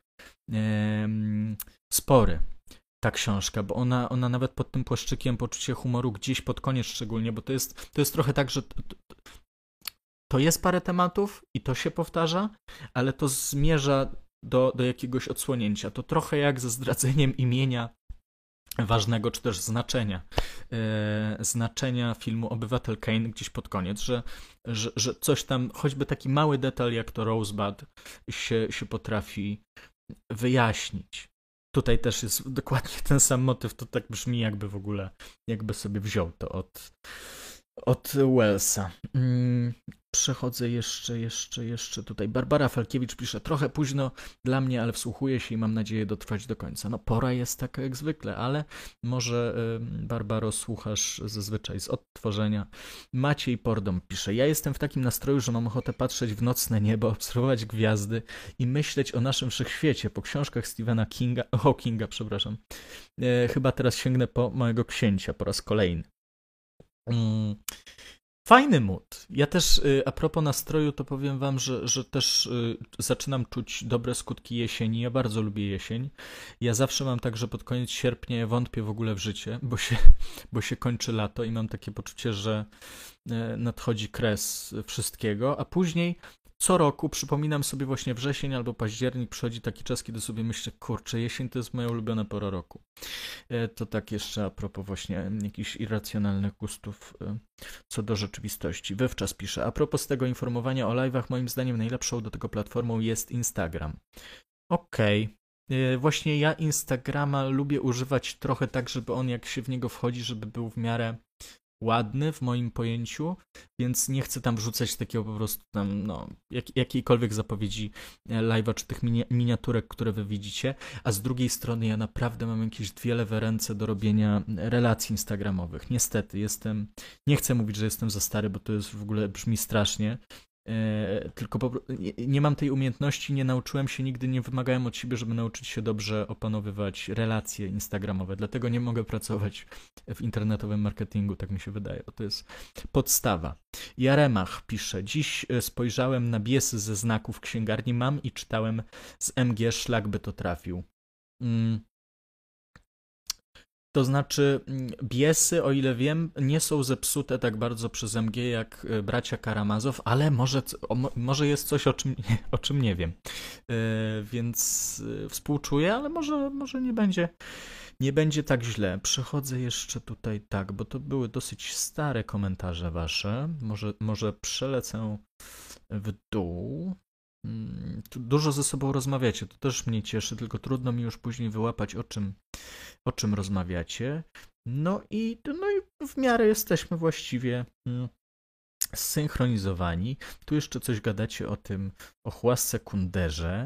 S1: spory ta książka, bo ona nawet pod tym płaszczykiem poczucia humoru gdzieś pod koniec szczególnie, bo to jest trochę tak, że to jest parę tematów i to się powtarza, ale to zmierza do jakiegoś odsłonięcia. To trochę jak ze zdradzeniem imienia ważnego, czy też znaczenia filmu Obywatel Kane gdzieś pod koniec, że coś tam, choćby taki mały detal jak to Rosebud się potrafi wyjaśnić. Tutaj też jest dokładnie ten sam motyw, to tak brzmi jakby sobie wziął to od Wellsa. Przechodzę jeszcze tutaj. Barbara Falkiewicz pisze, trochę późno dla mnie, ale wsłuchuję się i mam nadzieję dotrwać do końca. No pora jest taka jak zwykle, ale może Barbaro słuchasz zazwyczaj z odtworzenia. Maciej Pordom pisze, ja jestem w takim nastroju, że mam ochotę patrzeć w nocne niebo, obserwować gwiazdy i myśleć o naszym wszechświecie po książkach Stephena Hawkinga, przepraszam. Chyba teraz sięgnę po Małego Księcia po raz kolejny. Fajny mood. Ja też a propos nastroju, to powiem wam, że też zaczynam czuć dobre skutki jesieni. Ja bardzo lubię jesień. Ja zawsze mam tak, że pod koniec sierpnia ja wątpię w ogóle w życie, bo się kończy lato i mam takie poczucie, że nadchodzi kres wszystkiego, a później co roku przypominam sobie właśnie wrzesień albo październik, przychodzi taki czas, kiedy sobie myślę, kurczę, jesień to jest moja ulubiona pora roku. To tak jeszcze a propos właśnie jakichś irracjonalnych gustów co do rzeczywistości. Wywczas pisze, a propos tego informowania o live'ach, moim zdaniem najlepszą do tego platformą jest Instagram. Okej. Właśnie ja Instagrama lubię używać trochę tak, żeby on jak się w niego wchodzi, żeby był w miarę ładny w moim pojęciu, więc nie chcę tam wrzucać takiego po prostu tam, no, jakiejkolwiek zapowiedzi live'a, czy tych miniaturek, które wy widzicie, a z drugiej strony ja naprawdę mam jakieś dwie lewe ręce do robienia relacji instagramowych. Niestety, nie chcę mówić, że jestem za stary, bo to jest w ogóle brzmi strasznie, tylko nie mam tej umiejętności, nie nauczyłem się nigdy, nie wymagałem od siebie, żeby nauczyć się dobrze opanowywać relacje instagramowe, dlatego nie mogę pracować w internetowym marketingu, tak mi się wydaje, bo to jest podstawa. Jaremach pisze, dziś spojrzałem na biesy ze znaków w księgarni mam i czytałem z MG, szlak by to trafił. To znaczy, biesy, o ile wiem, nie są zepsute tak bardzo przez MG jak bracia Karamazow, ale może jest coś, o czym nie wiem. Więc współczuję, ale może nie będzie tak źle. Przechodzę jeszcze tutaj tak, bo to były dosyć stare komentarze wasze. Może przelecę w dół. Tu dużo ze sobą rozmawiacie, to też mnie cieszy, tylko trudno mi już później wyłapać, o czym rozmawiacie. No i w miarę jesteśmy właściwie zsynchronizowani. Tu jeszcze coś gadacie o chłasce Kunderze.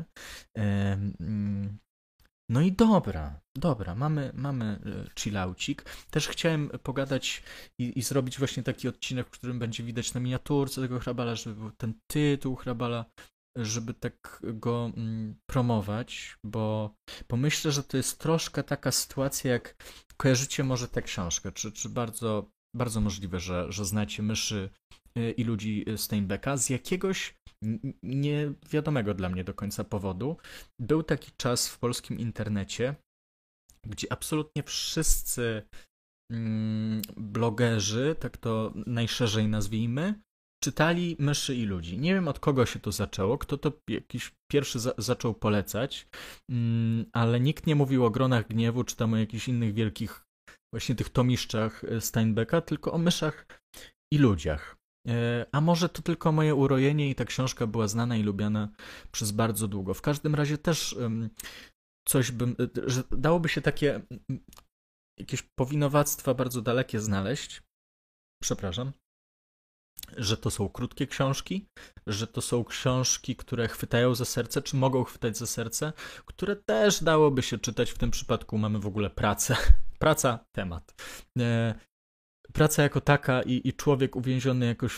S1: No i dobra, mamy chillaucik. Też chciałem pogadać i zrobić właśnie taki odcinek, w którym będzie widać na miniaturce tego Hrabala, żeby był ten tytuł Hrabala, żeby tak go promować, bo myślę, że to jest troszkę taka sytuacja, jak kojarzycie może tę książkę, czy bardzo, bardzo możliwe, że znacie Myszy i ludzi Steinbecka z jakiegoś niewiadomego dla mnie do końca powodu. Był taki czas w polskim internecie, gdzie absolutnie wszyscy blogerzy, tak to najszerzej nazwijmy, czytali Myszy i ludzi. Nie wiem, od kogo się to zaczęło, kto to jakiś pierwszy zaczął polecać, ale nikt nie mówił o Gronach Gniewu, czy tam o jakichś innych wielkich właśnie tych tomiszczach Steinbecka, tylko o myszach i ludziach. A może to tylko moje urojenie i ta książka była znana i lubiana przez bardzo długo. W każdym razie też że dałoby się takie jakieś powinowactwa bardzo dalekie znaleźć. Przepraszam. Że to są krótkie książki, że to są książki, które chwytają za serce, czy mogą chwytać za serce, które też dałoby się czytać. W tym przypadku mamy w ogóle pracę. Praca, temat. Praca jako taka i człowiek uwięziony jakoś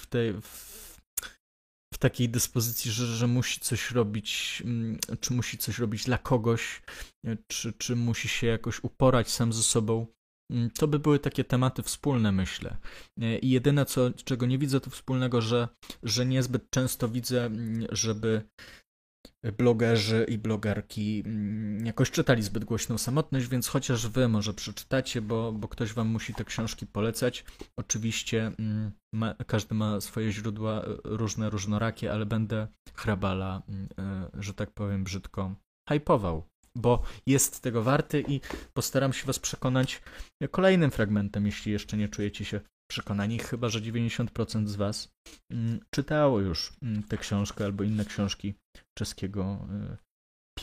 S1: w takiej dyspozycji, że musi coś robić, czy musi coś robić dla kogoś, czy musi się jakoś uporać sam ze sobą. To by były takie tematy wspólne, myślę. I jedyne, czego nie widzę, to wspólnego, że niezbyt często widzę, żeby blogerzy i blogerki jakoś czytali zbyt głośną samotność, więc chociaż wy może przeczytacie, bo ktoś wam musi te książki polecać. Oczywiście każdy ma swoje źródła różnorakie, ale będę Hrabala, że tak powiem brzydko, hypował, bo jest tego warty i postaram się was przekonać kolejnym fragmentem, jeśli jeszcze nie czujecie się przekonani, chyba że 90% z was czytało już tę książkę albo inne książki czeskiego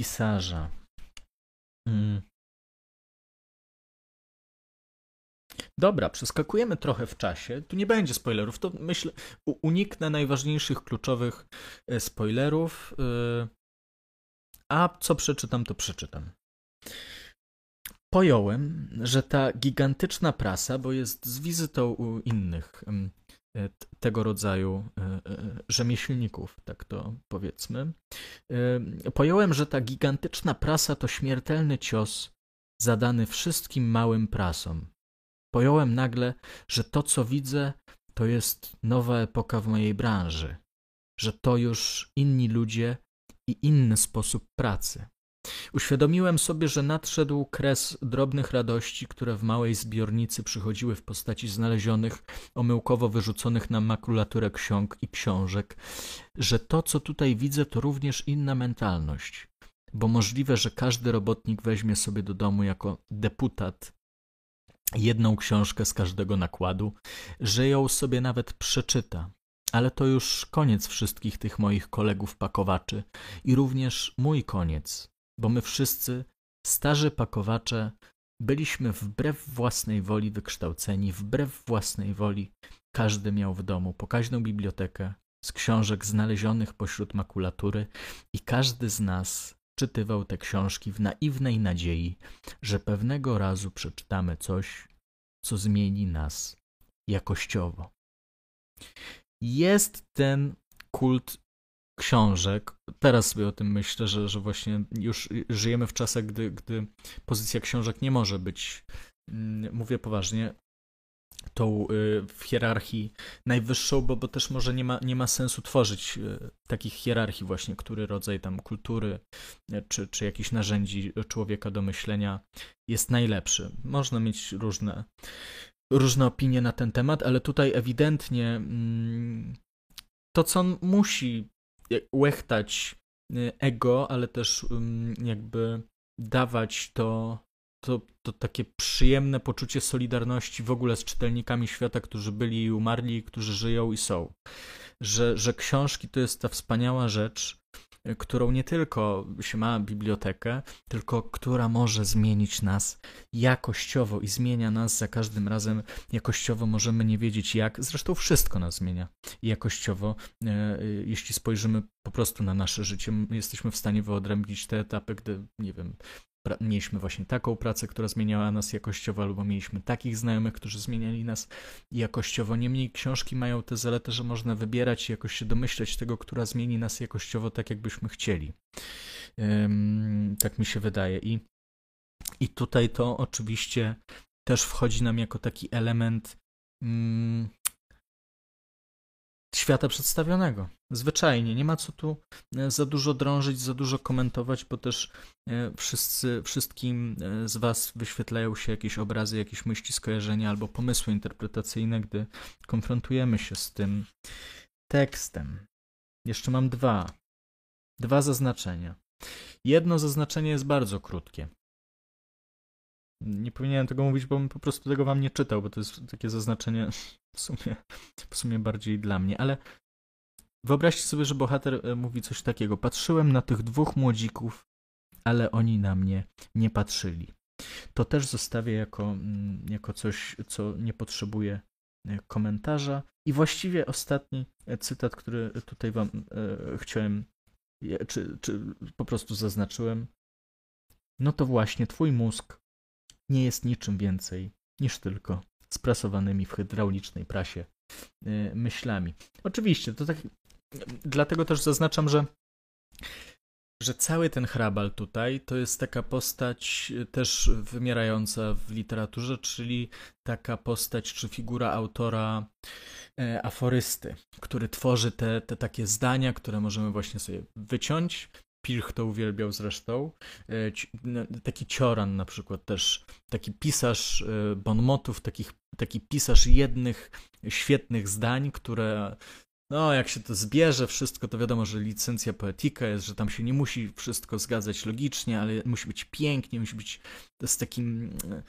S1: pisarza. Dobra, przeskakujemy trochę w czasie. Tu nie będzie spoilerów, to myślę, uniknę najważniejszych, kluczowych spoilerów, a co przeczytam, to przeczytam. Pojąłem, że ta gigantyczna prasa, bo jest z wizytą u innych tego rodzaju rzemieślników, tak to powiedzmy, pojąłem, że ta gigantyczna prasa to śmiertelny cios zadany wszystkim małym prasom. Pojąłem nagle, że to, co widzę, to jest nowa epoka w mojej branży, że to już inni ludzie i inny sposób pracy. Uświadomiłem sobie, że nadszedł kres drobnych radości, które w małej zbiornicy przychodziły w postaci znalezionych, omyłkowo wyrzuconych na makulaturę ksiąg i książek, że to, co tutaj widzę, to również inna mentalność, bo możliwe, że każdy robotnik weźmie sobie do domu jako deputat jedną książkę z każdego nakładu, że ją sobie nawet przeczyta. Ale to już koniec wszystkich tych moich kolegów pakowaczy i również mój koniec, bo my wszyscy, starzy pakowacze, byliśmy wbrew własnej woli wykształceni, wbrew własnej woli każdy miał w domu pokaźną bibliotekę z książek znalezionych pośród makulatury i każdy z nas czytywał te książki w naiwnej nadziei, że pewnego razu przeczytamy coś, co zmieni nas jakościowo. Jest ten kult książek. Teraz sobie o tym myślę, że właśnie już żyjemy w czasach, gdy pozycja książek nie może być, mówię poważnie, tą w hierarchii najwyższą, bo też może nie ma sensu tworzyć takich hierarchii właśnie, który rodzaj tam kultury czy jakichś narzędzi człowieka do myślenia jest najlepszy. Można mieć różne opinie na ten temat, ale tutaj ewidentnie to, co on musi łechtać ego, ale też jakby dawać to takie przyjemne poczucie solidarności w ogóle z czytelnikami świata, którzy byli i umarli, którzy żyją i są. Że książki to jest ta wspaniała rzecz, którą nie tylko się ma bibliotekę, tylko która może zmienić nas jakościowo i zmienia nas za każdym razem jakościowo. Możemy nie wiedzieć jak, zresztą wszystko nas zmienia jakościowo. Jeśli spojrzymy po prostu na nasze życie, jesteśmy w stanie wyodrębnić te etapy, gdy, nie wiem, mieliśmy właśnie taką pracę, która zmieniała nas jakościowo, albo mieliśmy takich znajomych, którzy zmieniali nas jakościowo. Niemniej książki mają tę zaletę, że można wybierać i jakoś się domyśleć tego, która zmieni nas jakościowo tak, jakbyśmy chcieli. Tak mi się wydaje. I tutaj to oczywiście też wchodzi nam jako taki element świata przedstawionego. Zwyczajnie. Nie ma co tu za dużo drążyć, za dużo komentować, bo też wszystkim z was wyświetlają się jakieś obrazy, jakieś myśli, skojarzenia albo pomysły interpretacyjne, gdy konfrontujemy się z tym tekstem. Jeszcze mam dwa zaznaczenia. Jedno zaznaczenie jest bardzo krótkie. Nie powinienem tego mówić, bo bym po prostu tego wam nie czytał, bo to jest takie zaznaczenie w sumie bardziej dla mnie, ale wyobraźcie sobie, że bohater mówi coś takiego. Patrzyłem na tych dwóch młodzików, ale oni na mnie nie patrzyli. To też zostawię jako coś, co nie potrzebuje komentarza. I właściwie ostatni cytat, który tutaj wam chciałem, czy po prostu zaznaczyłem. No to właśnie, twój mózg nie jest niczym więcej niż tylko sprasowanymi w hydraulicznej prasie myślami. Oczywiście, to tak, dlatego też zaznaczam, że cały ten hrabal tutaj to jest taka postać też wymierająca w literaturze, czyli taka postać czy figura autora aforysty, który tworzy te takie zdania, które możemy właśnie sobie wyciąć. Pilch to uwielbiał zresztą. Taki Cioran na przykład też, taki pisarz bonmotów, taki pisarz jednych świetnych zdań, które no jak się to zbierze wszystko, to wiadomo, że licencja poetyka jest, że tam się nie musi wszystko zgadzać logicznie, ale musi być pięknie, musi być z takim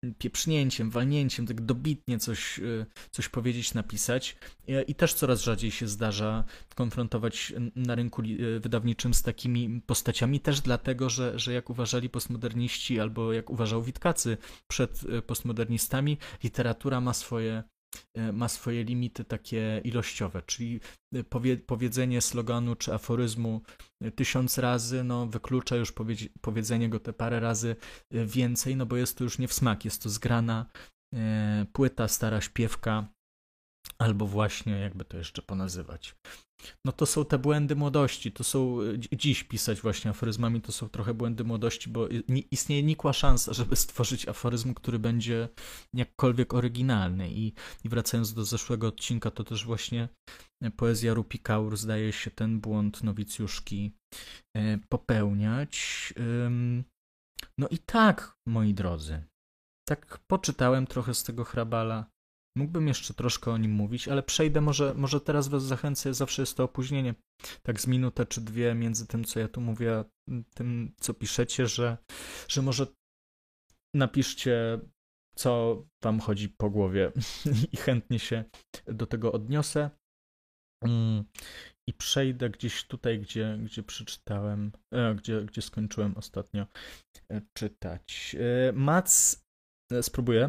S1: pieprznięciem, walnięciem, tak dobitnie coś powiedzieć, napisać. I też coraz rzadziej się zdarza konfrontować na rynku wydawniczym z takimi postaciami, też dlatego, że jak uważali postmoderniści albo jak uważał Witkacy przed postmodernistami, literatura ma swoje limity takie ilościowe, czyli powiedzenie sloganu czy aforyzmu 1000 razy, no wyklucza już powiedzenie go te parę razy więcej, no bo jest to już nie w smak, jest to zgrana płyta, stara śpiewka, albo właśnie, jakby to jeszcze ponazywać. No to są te błędy młodości, to są, dziś pisać właśnie aforyzmami, to są trochę błędy młodości, bo istnieje nikła szansa, żeby stworzyć aforyzm, który będzie jakkolwiek oryginalny. I wracając do zeszłego odcinka, to też właśnie poezja Rupi Kaur zdaje się ten błąd nowicjuszki popełniać. No i tak, moi drodzy, tak poczytałem trochę z tego Hrabala. Mógłbym jeszcze troszkę o nim mówić, ale przejdę, może teraz was zachęcę, zawsze jest to opóźnienie, tak z minutę czy dwie między tym, co ja tu mówię, a tym, co piszecie, że może napiszcie, co wam chodzi po głowie i chętnie się do tego odniosę. I przejdę gdzieś tutaj, gdzie przeczytałem, gdzie skończyłem ostatnio czytać. Mats, spróbuję.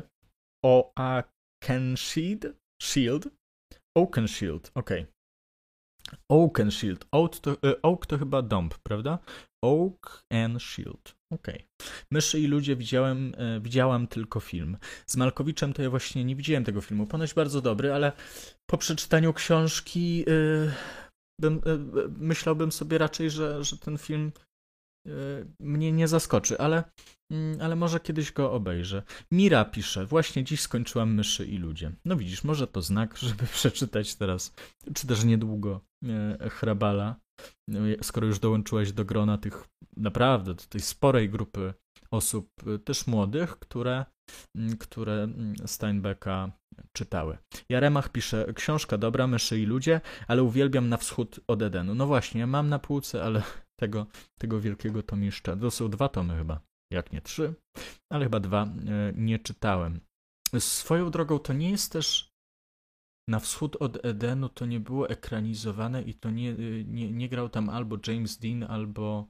S1: Oakenshield, okej. Oakenshield. Oak to chyba dąb, prawda? Oakenshield, okej. Myszy i ludzie widziałam tylko film. Z Malkowiczem to ja właśnie nie widziałem tego filmu. Ponoć bardzo dobry, ale po przeczytaniu książki myślałbym sobie raczej, że ten film mnie nie zaskoczy, ale może kiedyś go obejrzę. Mira pisze, właśnie dziś skończyłam Myszy i ludzie. No widzisz, może to znak, żeby przeczytać teraz, czy też niedługo Hrabala, skoro już dołączyłaś do grona tych naprawdę do tej sporej grupy osób, też młodych, które Steinbecka czytały. Jaremach pisze, książka dobra, Myszy i ludzie, ale uwielbiam Na wschód od Edenu. No właśnie, mam na półce, ale tego wielkiego tomiszcza. To są 2 tomy chyba, jak nie 3, ale chyba 2 nie czytałem. Swoją drogą to nie jest też Na wschód od Edenu, to nie było ekranizowane i to nie grał tam albo James Dean, albo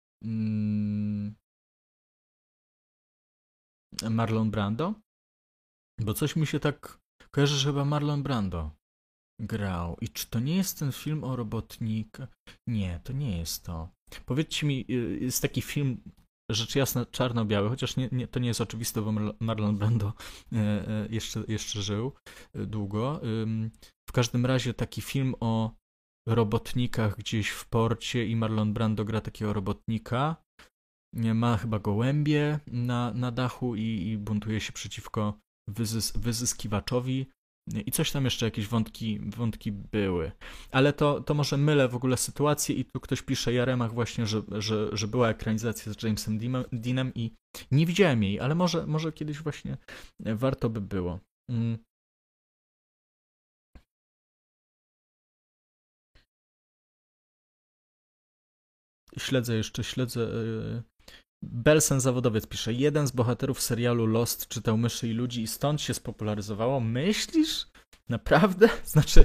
S1: Marlon Brando? Bo coś mi się tak kojarzy, że chyba Marlon Brando grał. I czy to nie jest ten film o robotnikach? Nie, to nie jest to. Powiedzcie mi, jest taki film, rzecz jasna, czarno-biały, chociaż to nie jest oczywiste, bo Marlon Brando jeszcze żył długo. W każdym razie taki film o robotnikach gdzieś w porcie i Marlon Brando gra takiego robotnika. Ma chyba gołębie na dachu i buntuje się przeciwko wyzyskiwaczowi. I coś tam jeszcze, jakieś wątki były. Ale to może mylę w ogóle sytuację i tu ktoś pisze Jaremach właśnie, że była ekranizacja z Jamesem Deanem i nie widziałem jej, ale może kiedyś właśnie warto by było. Śledzę. Belsen Zawodowiec pisze, jeden z bohaterów serialu Lost czytał Myszy i ludzi i stąd się spopularyzowało. Myślisz? Naprawdę? Znaczy,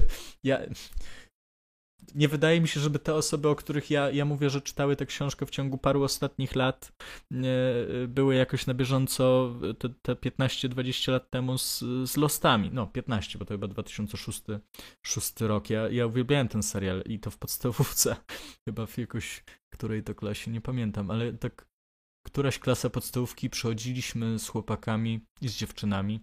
S1: nie wydaje mi się, żeby te osoby, o których ja mówię, że czytały tę książkę w ciągu paru ostatnich lat, były jakoś na bieżąco te 15-20 lat temu z Lostami. No, 15, bo to chyba 2006 rok. Ja uwielbiałem ten serial i to w podstawówce. Chyba w jakoś której to klasie, nie pamiętam, ale tak któraś klasa podstawówki przychodziliśmy z chłopakami i z dziewczynami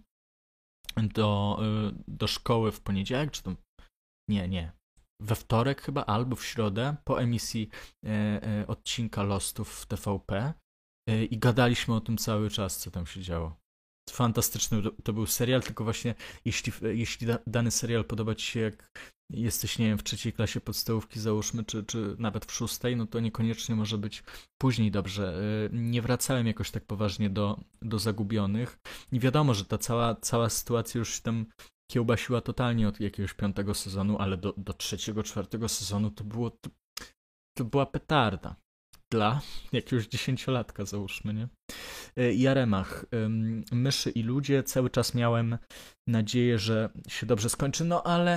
S1: do szkoły w poniedziałek, czy to... Nie. We wtorek chyba, albo w środę, po emisji odcinka Lostów w TVP i gadaliśmy o tym cały czas, co tam się działo. Fantastyczny to był serial, tylko właśnie jeśli dany serial podoba ci się, jak jesteś, nie wiem, w 3. klasie podstawówki, załóżmy, czy nawet w 6, no to niekoniecznie może być później dobrze. Nie wracałem jakoś tak poważnie do Zagubionych. I wiadomo, że ta cała sytuacja już się tam kiełbasiła totalnie od jakiegoś 5. sezonu, ale do 3., 4. sezonu to była petarda. Kindla, jakiegoś 10-latka załóżmy, nie? Jaremach, Myszy i ludzie, cały czas miałem nadzieję, że się dobrze skończy, no ale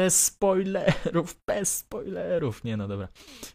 S1: bez spoilerów, nie no dobra.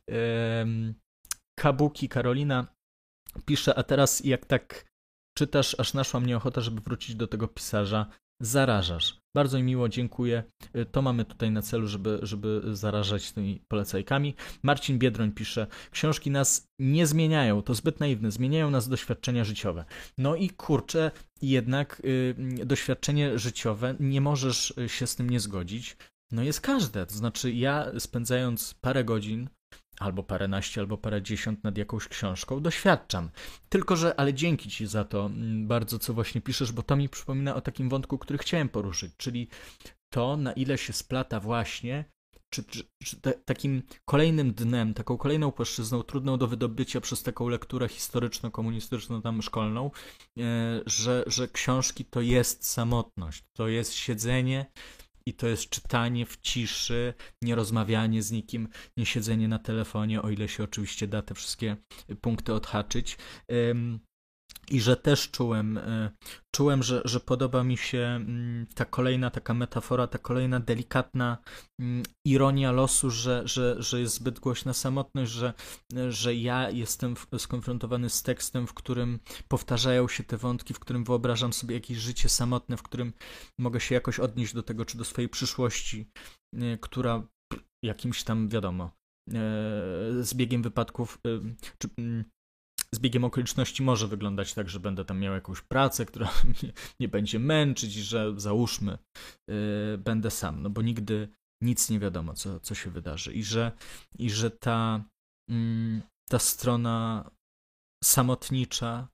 S1: Kabuki Karolina pisze, a teraz jak tak czytasz, aż naszła mnie ochota, żeby wrócić do tego pisarza, zarażasz. Bardzo mi miło, dziękuję. To mamy tutaj na celu, żeby zarażać tymi polecajkami. Marcin Biedroń pisze, książki nas nie zmieniają, to zbyt naiwne, zmieniają nas doświadczenia życiowe. No i kurczę, jednak doświadczenie życiowe, nie możesz się z tym nie zgodzić. No jest każde, to znaczy ja spędzając parę godzin, albo paręnaście, albo parędziesiąt nad jakąś książką, doświadczam. Tylko że, ale dzięki ci za to bardzo, co właśnie piszesz, bo to mi przypomina o takim wątku, który chciałem poruszyć, czyli to, na ile się splata właśnie, czy takim kolejnym dnem, taką kolejną płaszczyzną, trudną do wydobycia przez taką lekturę historyczno-komunistyczną, tam szkolną, że książki to jest samotność, to jest siedzenie i to jest czytanie w ciszy, nie rozmawianie z nikim, nie siedzenie na telefonie, o ile się oczywiście da te wszystkie punkty odhaczyć. I że też czułem, że podoba mi się ta kolejna taka metafora, ta kolejna delikatna ironia losu, że jest zbyt głośna samotność, że ja jestem skonfrontowany z tekstem, w którym powtarzają się te wątki, w którym wyobrażam sobie jakieś życie samotne, w którym mogę się jakoś odnieść do tego, czy do swojej przyszłości, która jakimś tam, wiadomo, z biegiem wypadków, czy z biegiem okoliczności może wyglądać tak, że będę tam miał jakąś pracę, która mnie nie będzie męczyć i że załóżmy będę sam, no bo nigdy nic nie wiadomo, co się wydarzy i że ta strona samotnicza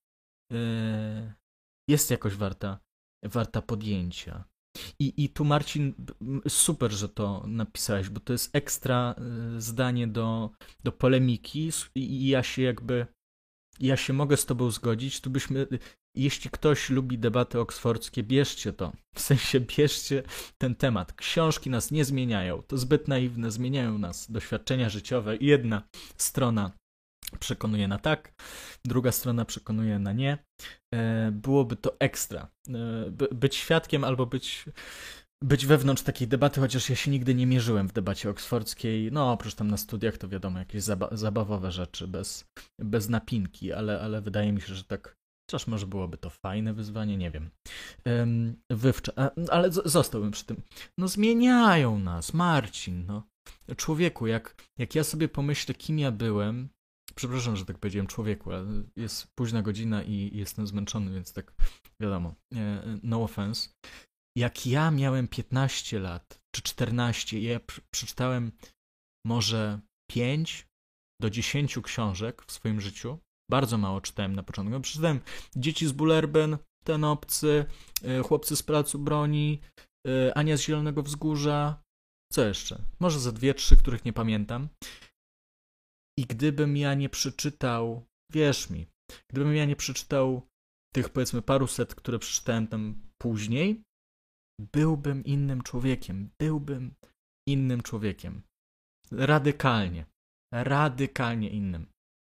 S1: jest jakoś warta podjęcia. I tu Marcin, super, że to napisałeś, bo to jest ekstra zdanie do polemiki i ja się mogę z tobą zgodzić, jeśli ktoś lubi debaty oksfordzkie, bierzcie to, w sensie bierzcie ten temat. Książki nas nie zmieniają, to zbyt naiwne, zmieniają nas doświadczenia życiowe. Jedna strona przekonuje na tak, druga strona przekonuje na nie. Byłoby to ekstra. Być świadkiem albo być wewnątrz takiej debaty, chociaż ja się nigdy nie mierzyłem w debacie oksfordzkiej. No, oprócz tam na studiach to wiadomo, jakieś zabawowe rzeczy, bez napinki, ale wydaje mi się, że tak, chociaż może byłoby to fajne wyzwanie, nie wiem. Ale zostałbym przy tym. No zmieniają nas, Marcin, no. Człowieku, jak ja sobie pomyślę, kim ja byłem, przepraszam, że tak powiedziałem człowieku, ale jest późna godzina i jestem zmęczony, więc tak wiadomo, no offense. Jak ja miałem 15 lat, czy 14, ja przeczytałem może 5 do 10 książek w swoim życiu. Bardzo mało czytałem na początku. Przeczytałem Dzieci z Bullerbyn, Ten obcy, Chłopcy z placu broni, Ania z Zielonego Wzgórza. Co jeszcze? Może ze 2-3, których nie pamiętam. I gdybym ja nie przeczytał, wierz mi, gdybym ja nie przeczytał tych powiedzmy paruset, które przeczytałem tam później, byłbym innym człowiekiem. Radykalnie innym.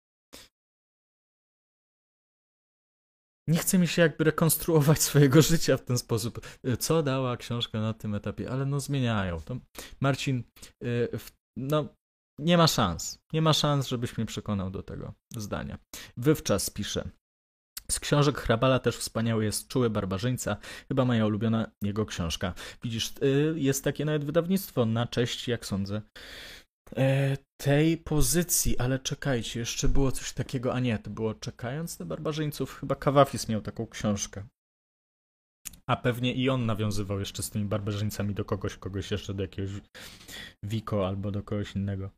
S1: Nie chce mi się jakby rekonstruować swojego życia w ten sposób. Co dała książka na tym etapie? Ale no zmieniają. To Marcin, no nie ma szans. Nie ma szans, żebyś mnie przekonał do tego zdania. Wywczas pisze. Z książek Hrabala też wspaniały jest Czuły barbarzyńca, chyba moja ulubiona jego książka. Widzisz, jest takie nawet wydawnictwo na cześć, jak sądzę, tej pozycji, ale czekajcie, jeszcze było coś takiego, a nie, to było Czekając na barbarzyńców, chyba Kawafis miał taką książkę. A pewnie i on nawiązywał jeszcze z tymi barbarzyńcami do kogoś jeszcze, do jakiegoś Wiko albo do kogoś innego.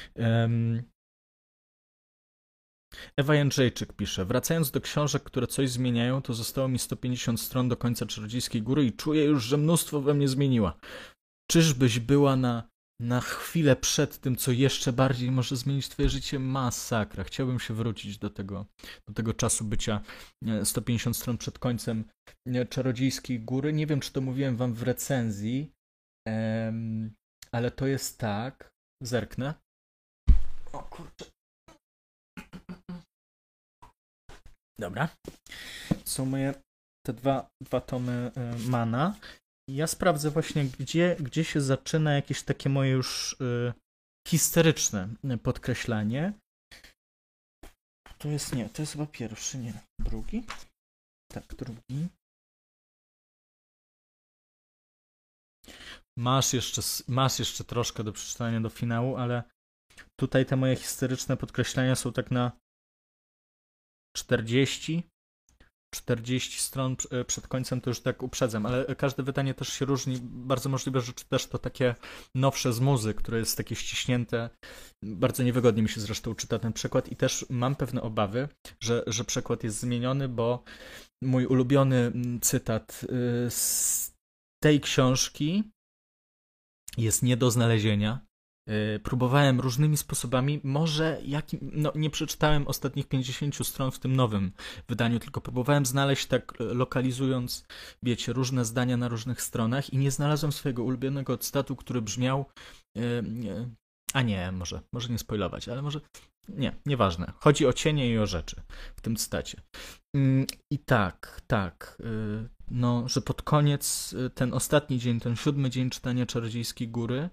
S1: Ewa Jędrzejczyk pisze, wracając do książek, które coś zmieniają, to zostało mi 150 stron do końca Czarodziejskiej Góry i czuję już, że mnóstwo we mnie zmieniła. Czyżbyś była na chwilę przed tym, co jeszcze bardziej może zmienić twoje życie? Masakra. Chciałbym się wrócić do tego czasu bycia 150 stron przed końcem Czarodziejskiej Góry. Nie wiem, czy to mówiłem wam w recenzji, ale to jest tak. Zerknę. O kurczę. Dobra. Są moje te dwa tomy Mana. Ja sprawdzę właśnie, gdzie się zaczyna jakieś takie moje już histeryczne podkreślanie. To jest chyba pierwszy, nie. Drugi? Tak, drugi. Masz jeszcze troszkę do przeczytania do finału, ale tutaj te moje historyczne podkreślenia są tak na 40 stron przed końcem, to już tak uprzedzam, ale każde wydanie też się różni. Bardzo możliwe, że czytasz to takie nowsze z muzy, które jest takie ściśnięte. Bardzo niewygodnie mi się zresztą czyta ten przekład i też mam pewne obawy, że przekład jest zmieniony, bo mój ulubiony cytat z tej książki jest nie do znalezienia. Próbowałem różnymi sposobami, nie przeczytałem ostatnich 50 stron w tym nowym wydaniu, tylko próbowałem znaleźć tak lokalizując, wiecie, różne zdania na różnych stronach i nie znalazłem swojego ulubionego cytatu, który brzmiał może nie spoilować, ale nieważne. Chodzi o cienie i o rzeczy w tym cytacie. I że pod koniec ten ostatni dzień, ten 7 dzień czytania Czarodziejskiej Góry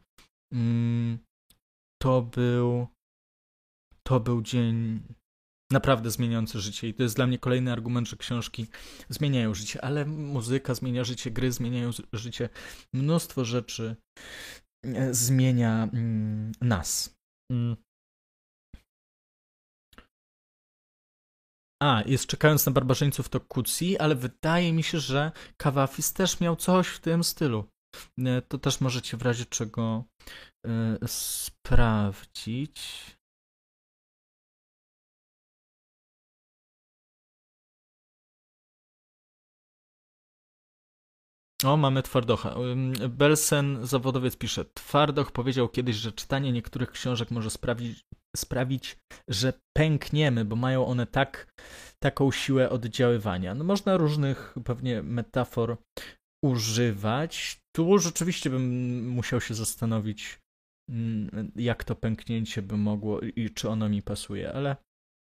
S1: to był dzień naprawdę zmieniający życie i to jest dla mnie kolejny argument, że książki zmieniają życie, ale muzyka zmienia życie, gry zmieniają życie, mnóstwo rzeczy zmienia nas. Jest Czekając na barbarzyńców to Kucji, ale wydaje mi się, że Kawafis też miał coś w tym stylu. To też możecie w razie czego sprawdzić. Mamy Twardocha. Belsen, zawodowiec, pisze: Twardoch powiedział kiedyś, że czytanie niektórych książek może sprawić, że pękniemy, bo mają one taką siłę oddziaływania. No można różnych pewnie metafor używać. Tu rzeczywiście bym musiał się zastanowić, jak to pęknięcie by mogło i czy ono mi pasuje, ale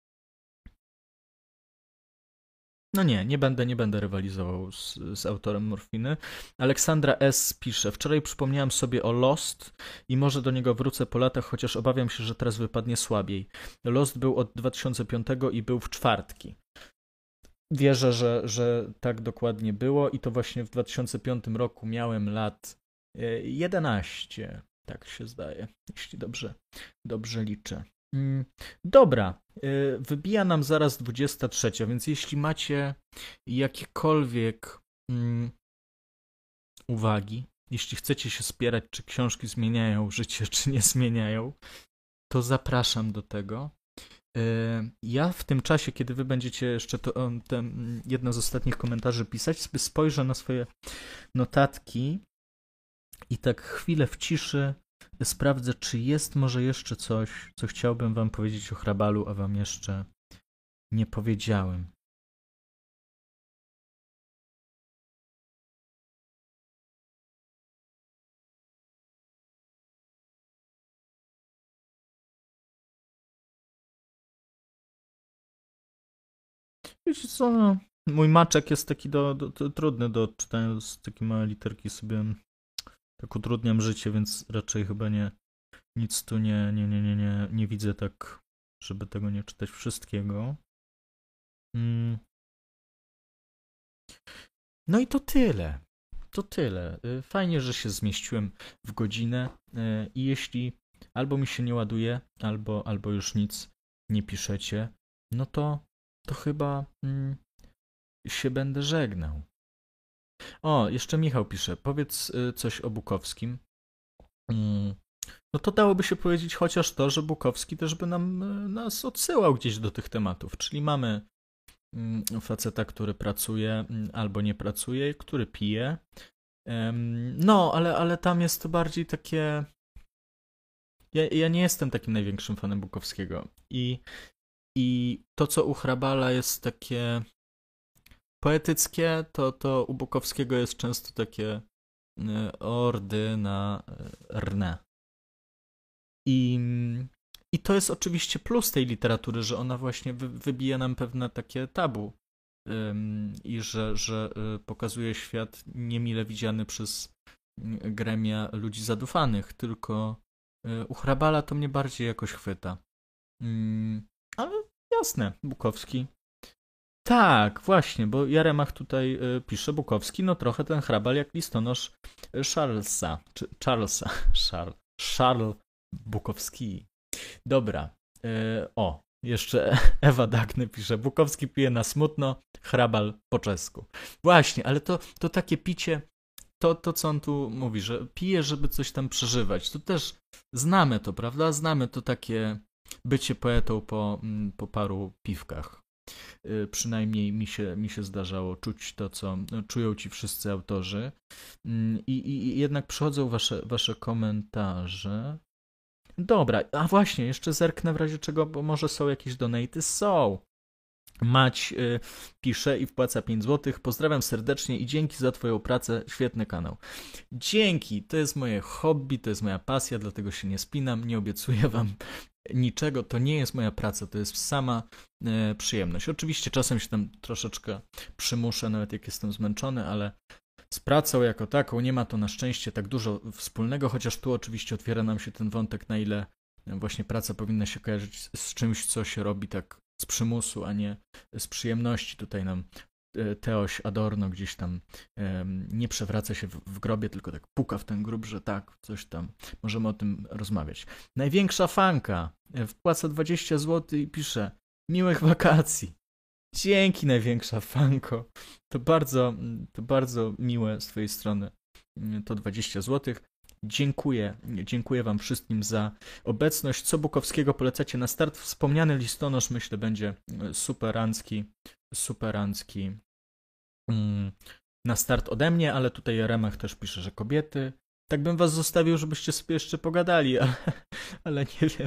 S1: no nie będę rywalizował z autorem Morfiny. Aleksandra S. pisze: Wczoraj przypomniałam sobie o Lost i może do niego wrócę po latach, chociaż obawiam się, że teraz wypadnie słabiej. Lost był od 2005 i był w czwartki. Wierzę, że tak dokładnie było i to właśnie w 2005 roku miałem lat 11, tak się zdaje, jeśli dobrze liczę. Dobra, wybija nam zaraz 23, więc jeśli macie jakiekolwiek uwagi, jeśli chcecie się spierać, czy książki zmieniają życie, czy nie zmieniają, to zapraszam do tego. Ja w tym czasie, kiedy wy będziecie jeszcze jedno z ostatnich komentarzy pisać, sobie spojrzę na swoje notatki i tak chwilę w ciszy sprawdzę, czy jest może jeszcze coś, co chciałbym wam powiedzieć o Hrabalu, a wam jeszcze nie powiedziałem. Wiecie co, no, mój maczek jest taki trudny do czytania, z takie małe literki sobie tak utrudniam życie, więc raczej chyba nic tu nie widzę tak, żeby tego nie czytać wszystkiego. No i to tyle. Fajnie, że się zmieściłem w godzinę i jeśli albo mi się nie ładuje, albo już nic nie piszecie, no to chyba się będę żegnał. O, jeszcze Michał pisze: powiedz coś o Bukowskim. No to dałoby się powiedzieć chociaż to, że Bukowski też by nas odsyłał gdzieś do tych tematów, czyli mamy faceta, który pracuje albo nie pracuje, który pije. No, ale tam jest to bardziej takie... Ja nie jestem takim największym fanem Bukowskiego i to, co u Hrabala jest takie poetyckie, to u Bukowskiego jest często takie ordy na rnę. I I to jest oczywiście plus tej literatury, że ona właśnie wybija nam pewne takie tabu i że pokazuje świat niemile widziany przez gremia ludzi zadufanych, tylko u Hrabala to mnie bardziej jakoś chwyta. Ale jasne, Bukowski. Tak, właśnie, bo Jaremach tutaj pisze Bukowski, no trochę ten Hrabal jak listonosz Charlesa, czy Charlesa, Charles Bukowski. Dobra, jeszcze Ewa Dagny pisze, Bukowski pije na smutno, Hrabal po czesku. Właśnie, ale to takie picie, to co on tu mówi, że pije, żeby coś tam przeżywać, to też znamy to, prawda? Znamy to takie bycie poetą po paru piwkach. Przynajmniej mi się zdarzało czuć to, co czują ci wszyscy autorzy. I jednak przychodzą wasze komentarze. Dobra, a właśnie, jeszcze zerknę w razie czego, bo może są jakieś donaty. Są. Mać pisze i wpłaca 5 zł. Pozdrawiam serdecznie i dzięki za twoją pracę. Świetny kanał. Dzięki. To jest moje hobby, to jest moja pasja, dlatego się nie spinam. Nie obiecuję wam niczego. To nie jest moja praca, to jest sama przyjemność. Oczywiście czasem się tam troszeczkę przymuszę, nawet jak jestem zmęczony, ale z pracą jako taką nie ma to na szczęście tak dużo wspólnego, chociaż tu oczywiście otwiera nam się ten wątek, na ile właśnie praca powinna się kojarzyć z czymś, co się robi tak z przymusu, a nie z przyjemności. Tutaj nam Teoś Adorno gdzieś tam nie przewraca się w grobie, tylko tak puka w ten grób, że tak, coś tam, możemy o tym rozmawiać. Największa fanka wpłaca 20 zł i pisze: miłych wakacji. Dzięki, największa fanko. To bardzo miłe z twojej strony. To 20 zł. Dziękuję wam wszystkim za obecność. Co Bukowskiego polecacie na start? Wspomniany listonosz, myślę, będzie superancki na start ode mnie, ale tutaj Jaremach też pisze, że kobiety. Tak bym was zostawił, żebyście sobie jeszcze pogadali, ale nie wiem,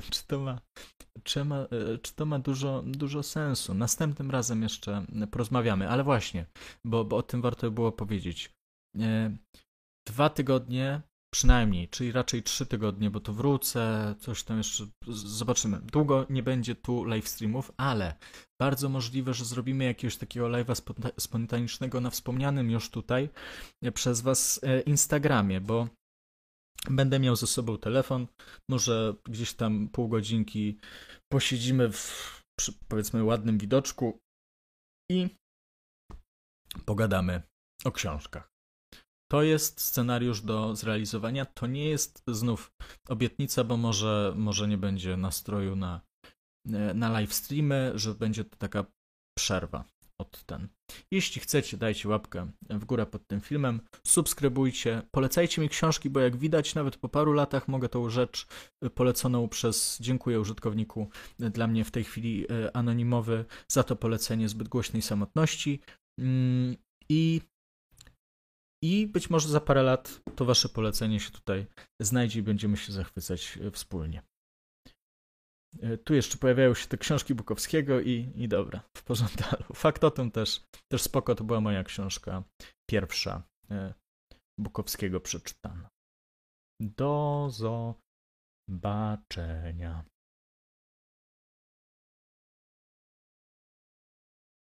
S1: czy to ma dużo sensu. Następnym razem jeszcze porozmawiamy, ale właśnie, bo o tym warto było powiedzieć. 2 tygodnie przynajmniej, czyli raczej 3 tygodnie, bo to wrócę, coś tam jeszcze zobaczymy. Długo nie będzie tu live streamów, ale bardzo możliwe, że zrobimy jakiegoś takiego live'a spontanicznego na wspomnianym już tutaj przez was Instagramie, bo będę miał ze sobą telefon, może gdzieś tam pół godzinki posiedzimy przy powiedzmy ładnym widoczku i pogadamy o książkach. To jest scenariusz do zrealizowania, to nie jest znów obietnica, bo może nie będzie nastroju na live streamy, że będzie to taka przerwa od ten. Jeśli chcecie, dajcie łapkę w górę pod tym filmem, subskrybujcie, polecajcie mi książki, bo jak widać, nawet po paru latach mogę tą rzecz poleconą dziękuję użytkowniku, dla mnie w tej chwili anonimowy, za to polecenie Zbyt głośnej samotności i być może za parę lat to wasze polecenie się tutaj znajdzie i będziemy się zachwycać wspólnie. Tu jeszcze pojawiają się te książki Bukowskiego i dobra, w porządku. Faktotum też spoko, to była moja książka pierwsza Bukowskiego przeczytana. Do zobaczenia.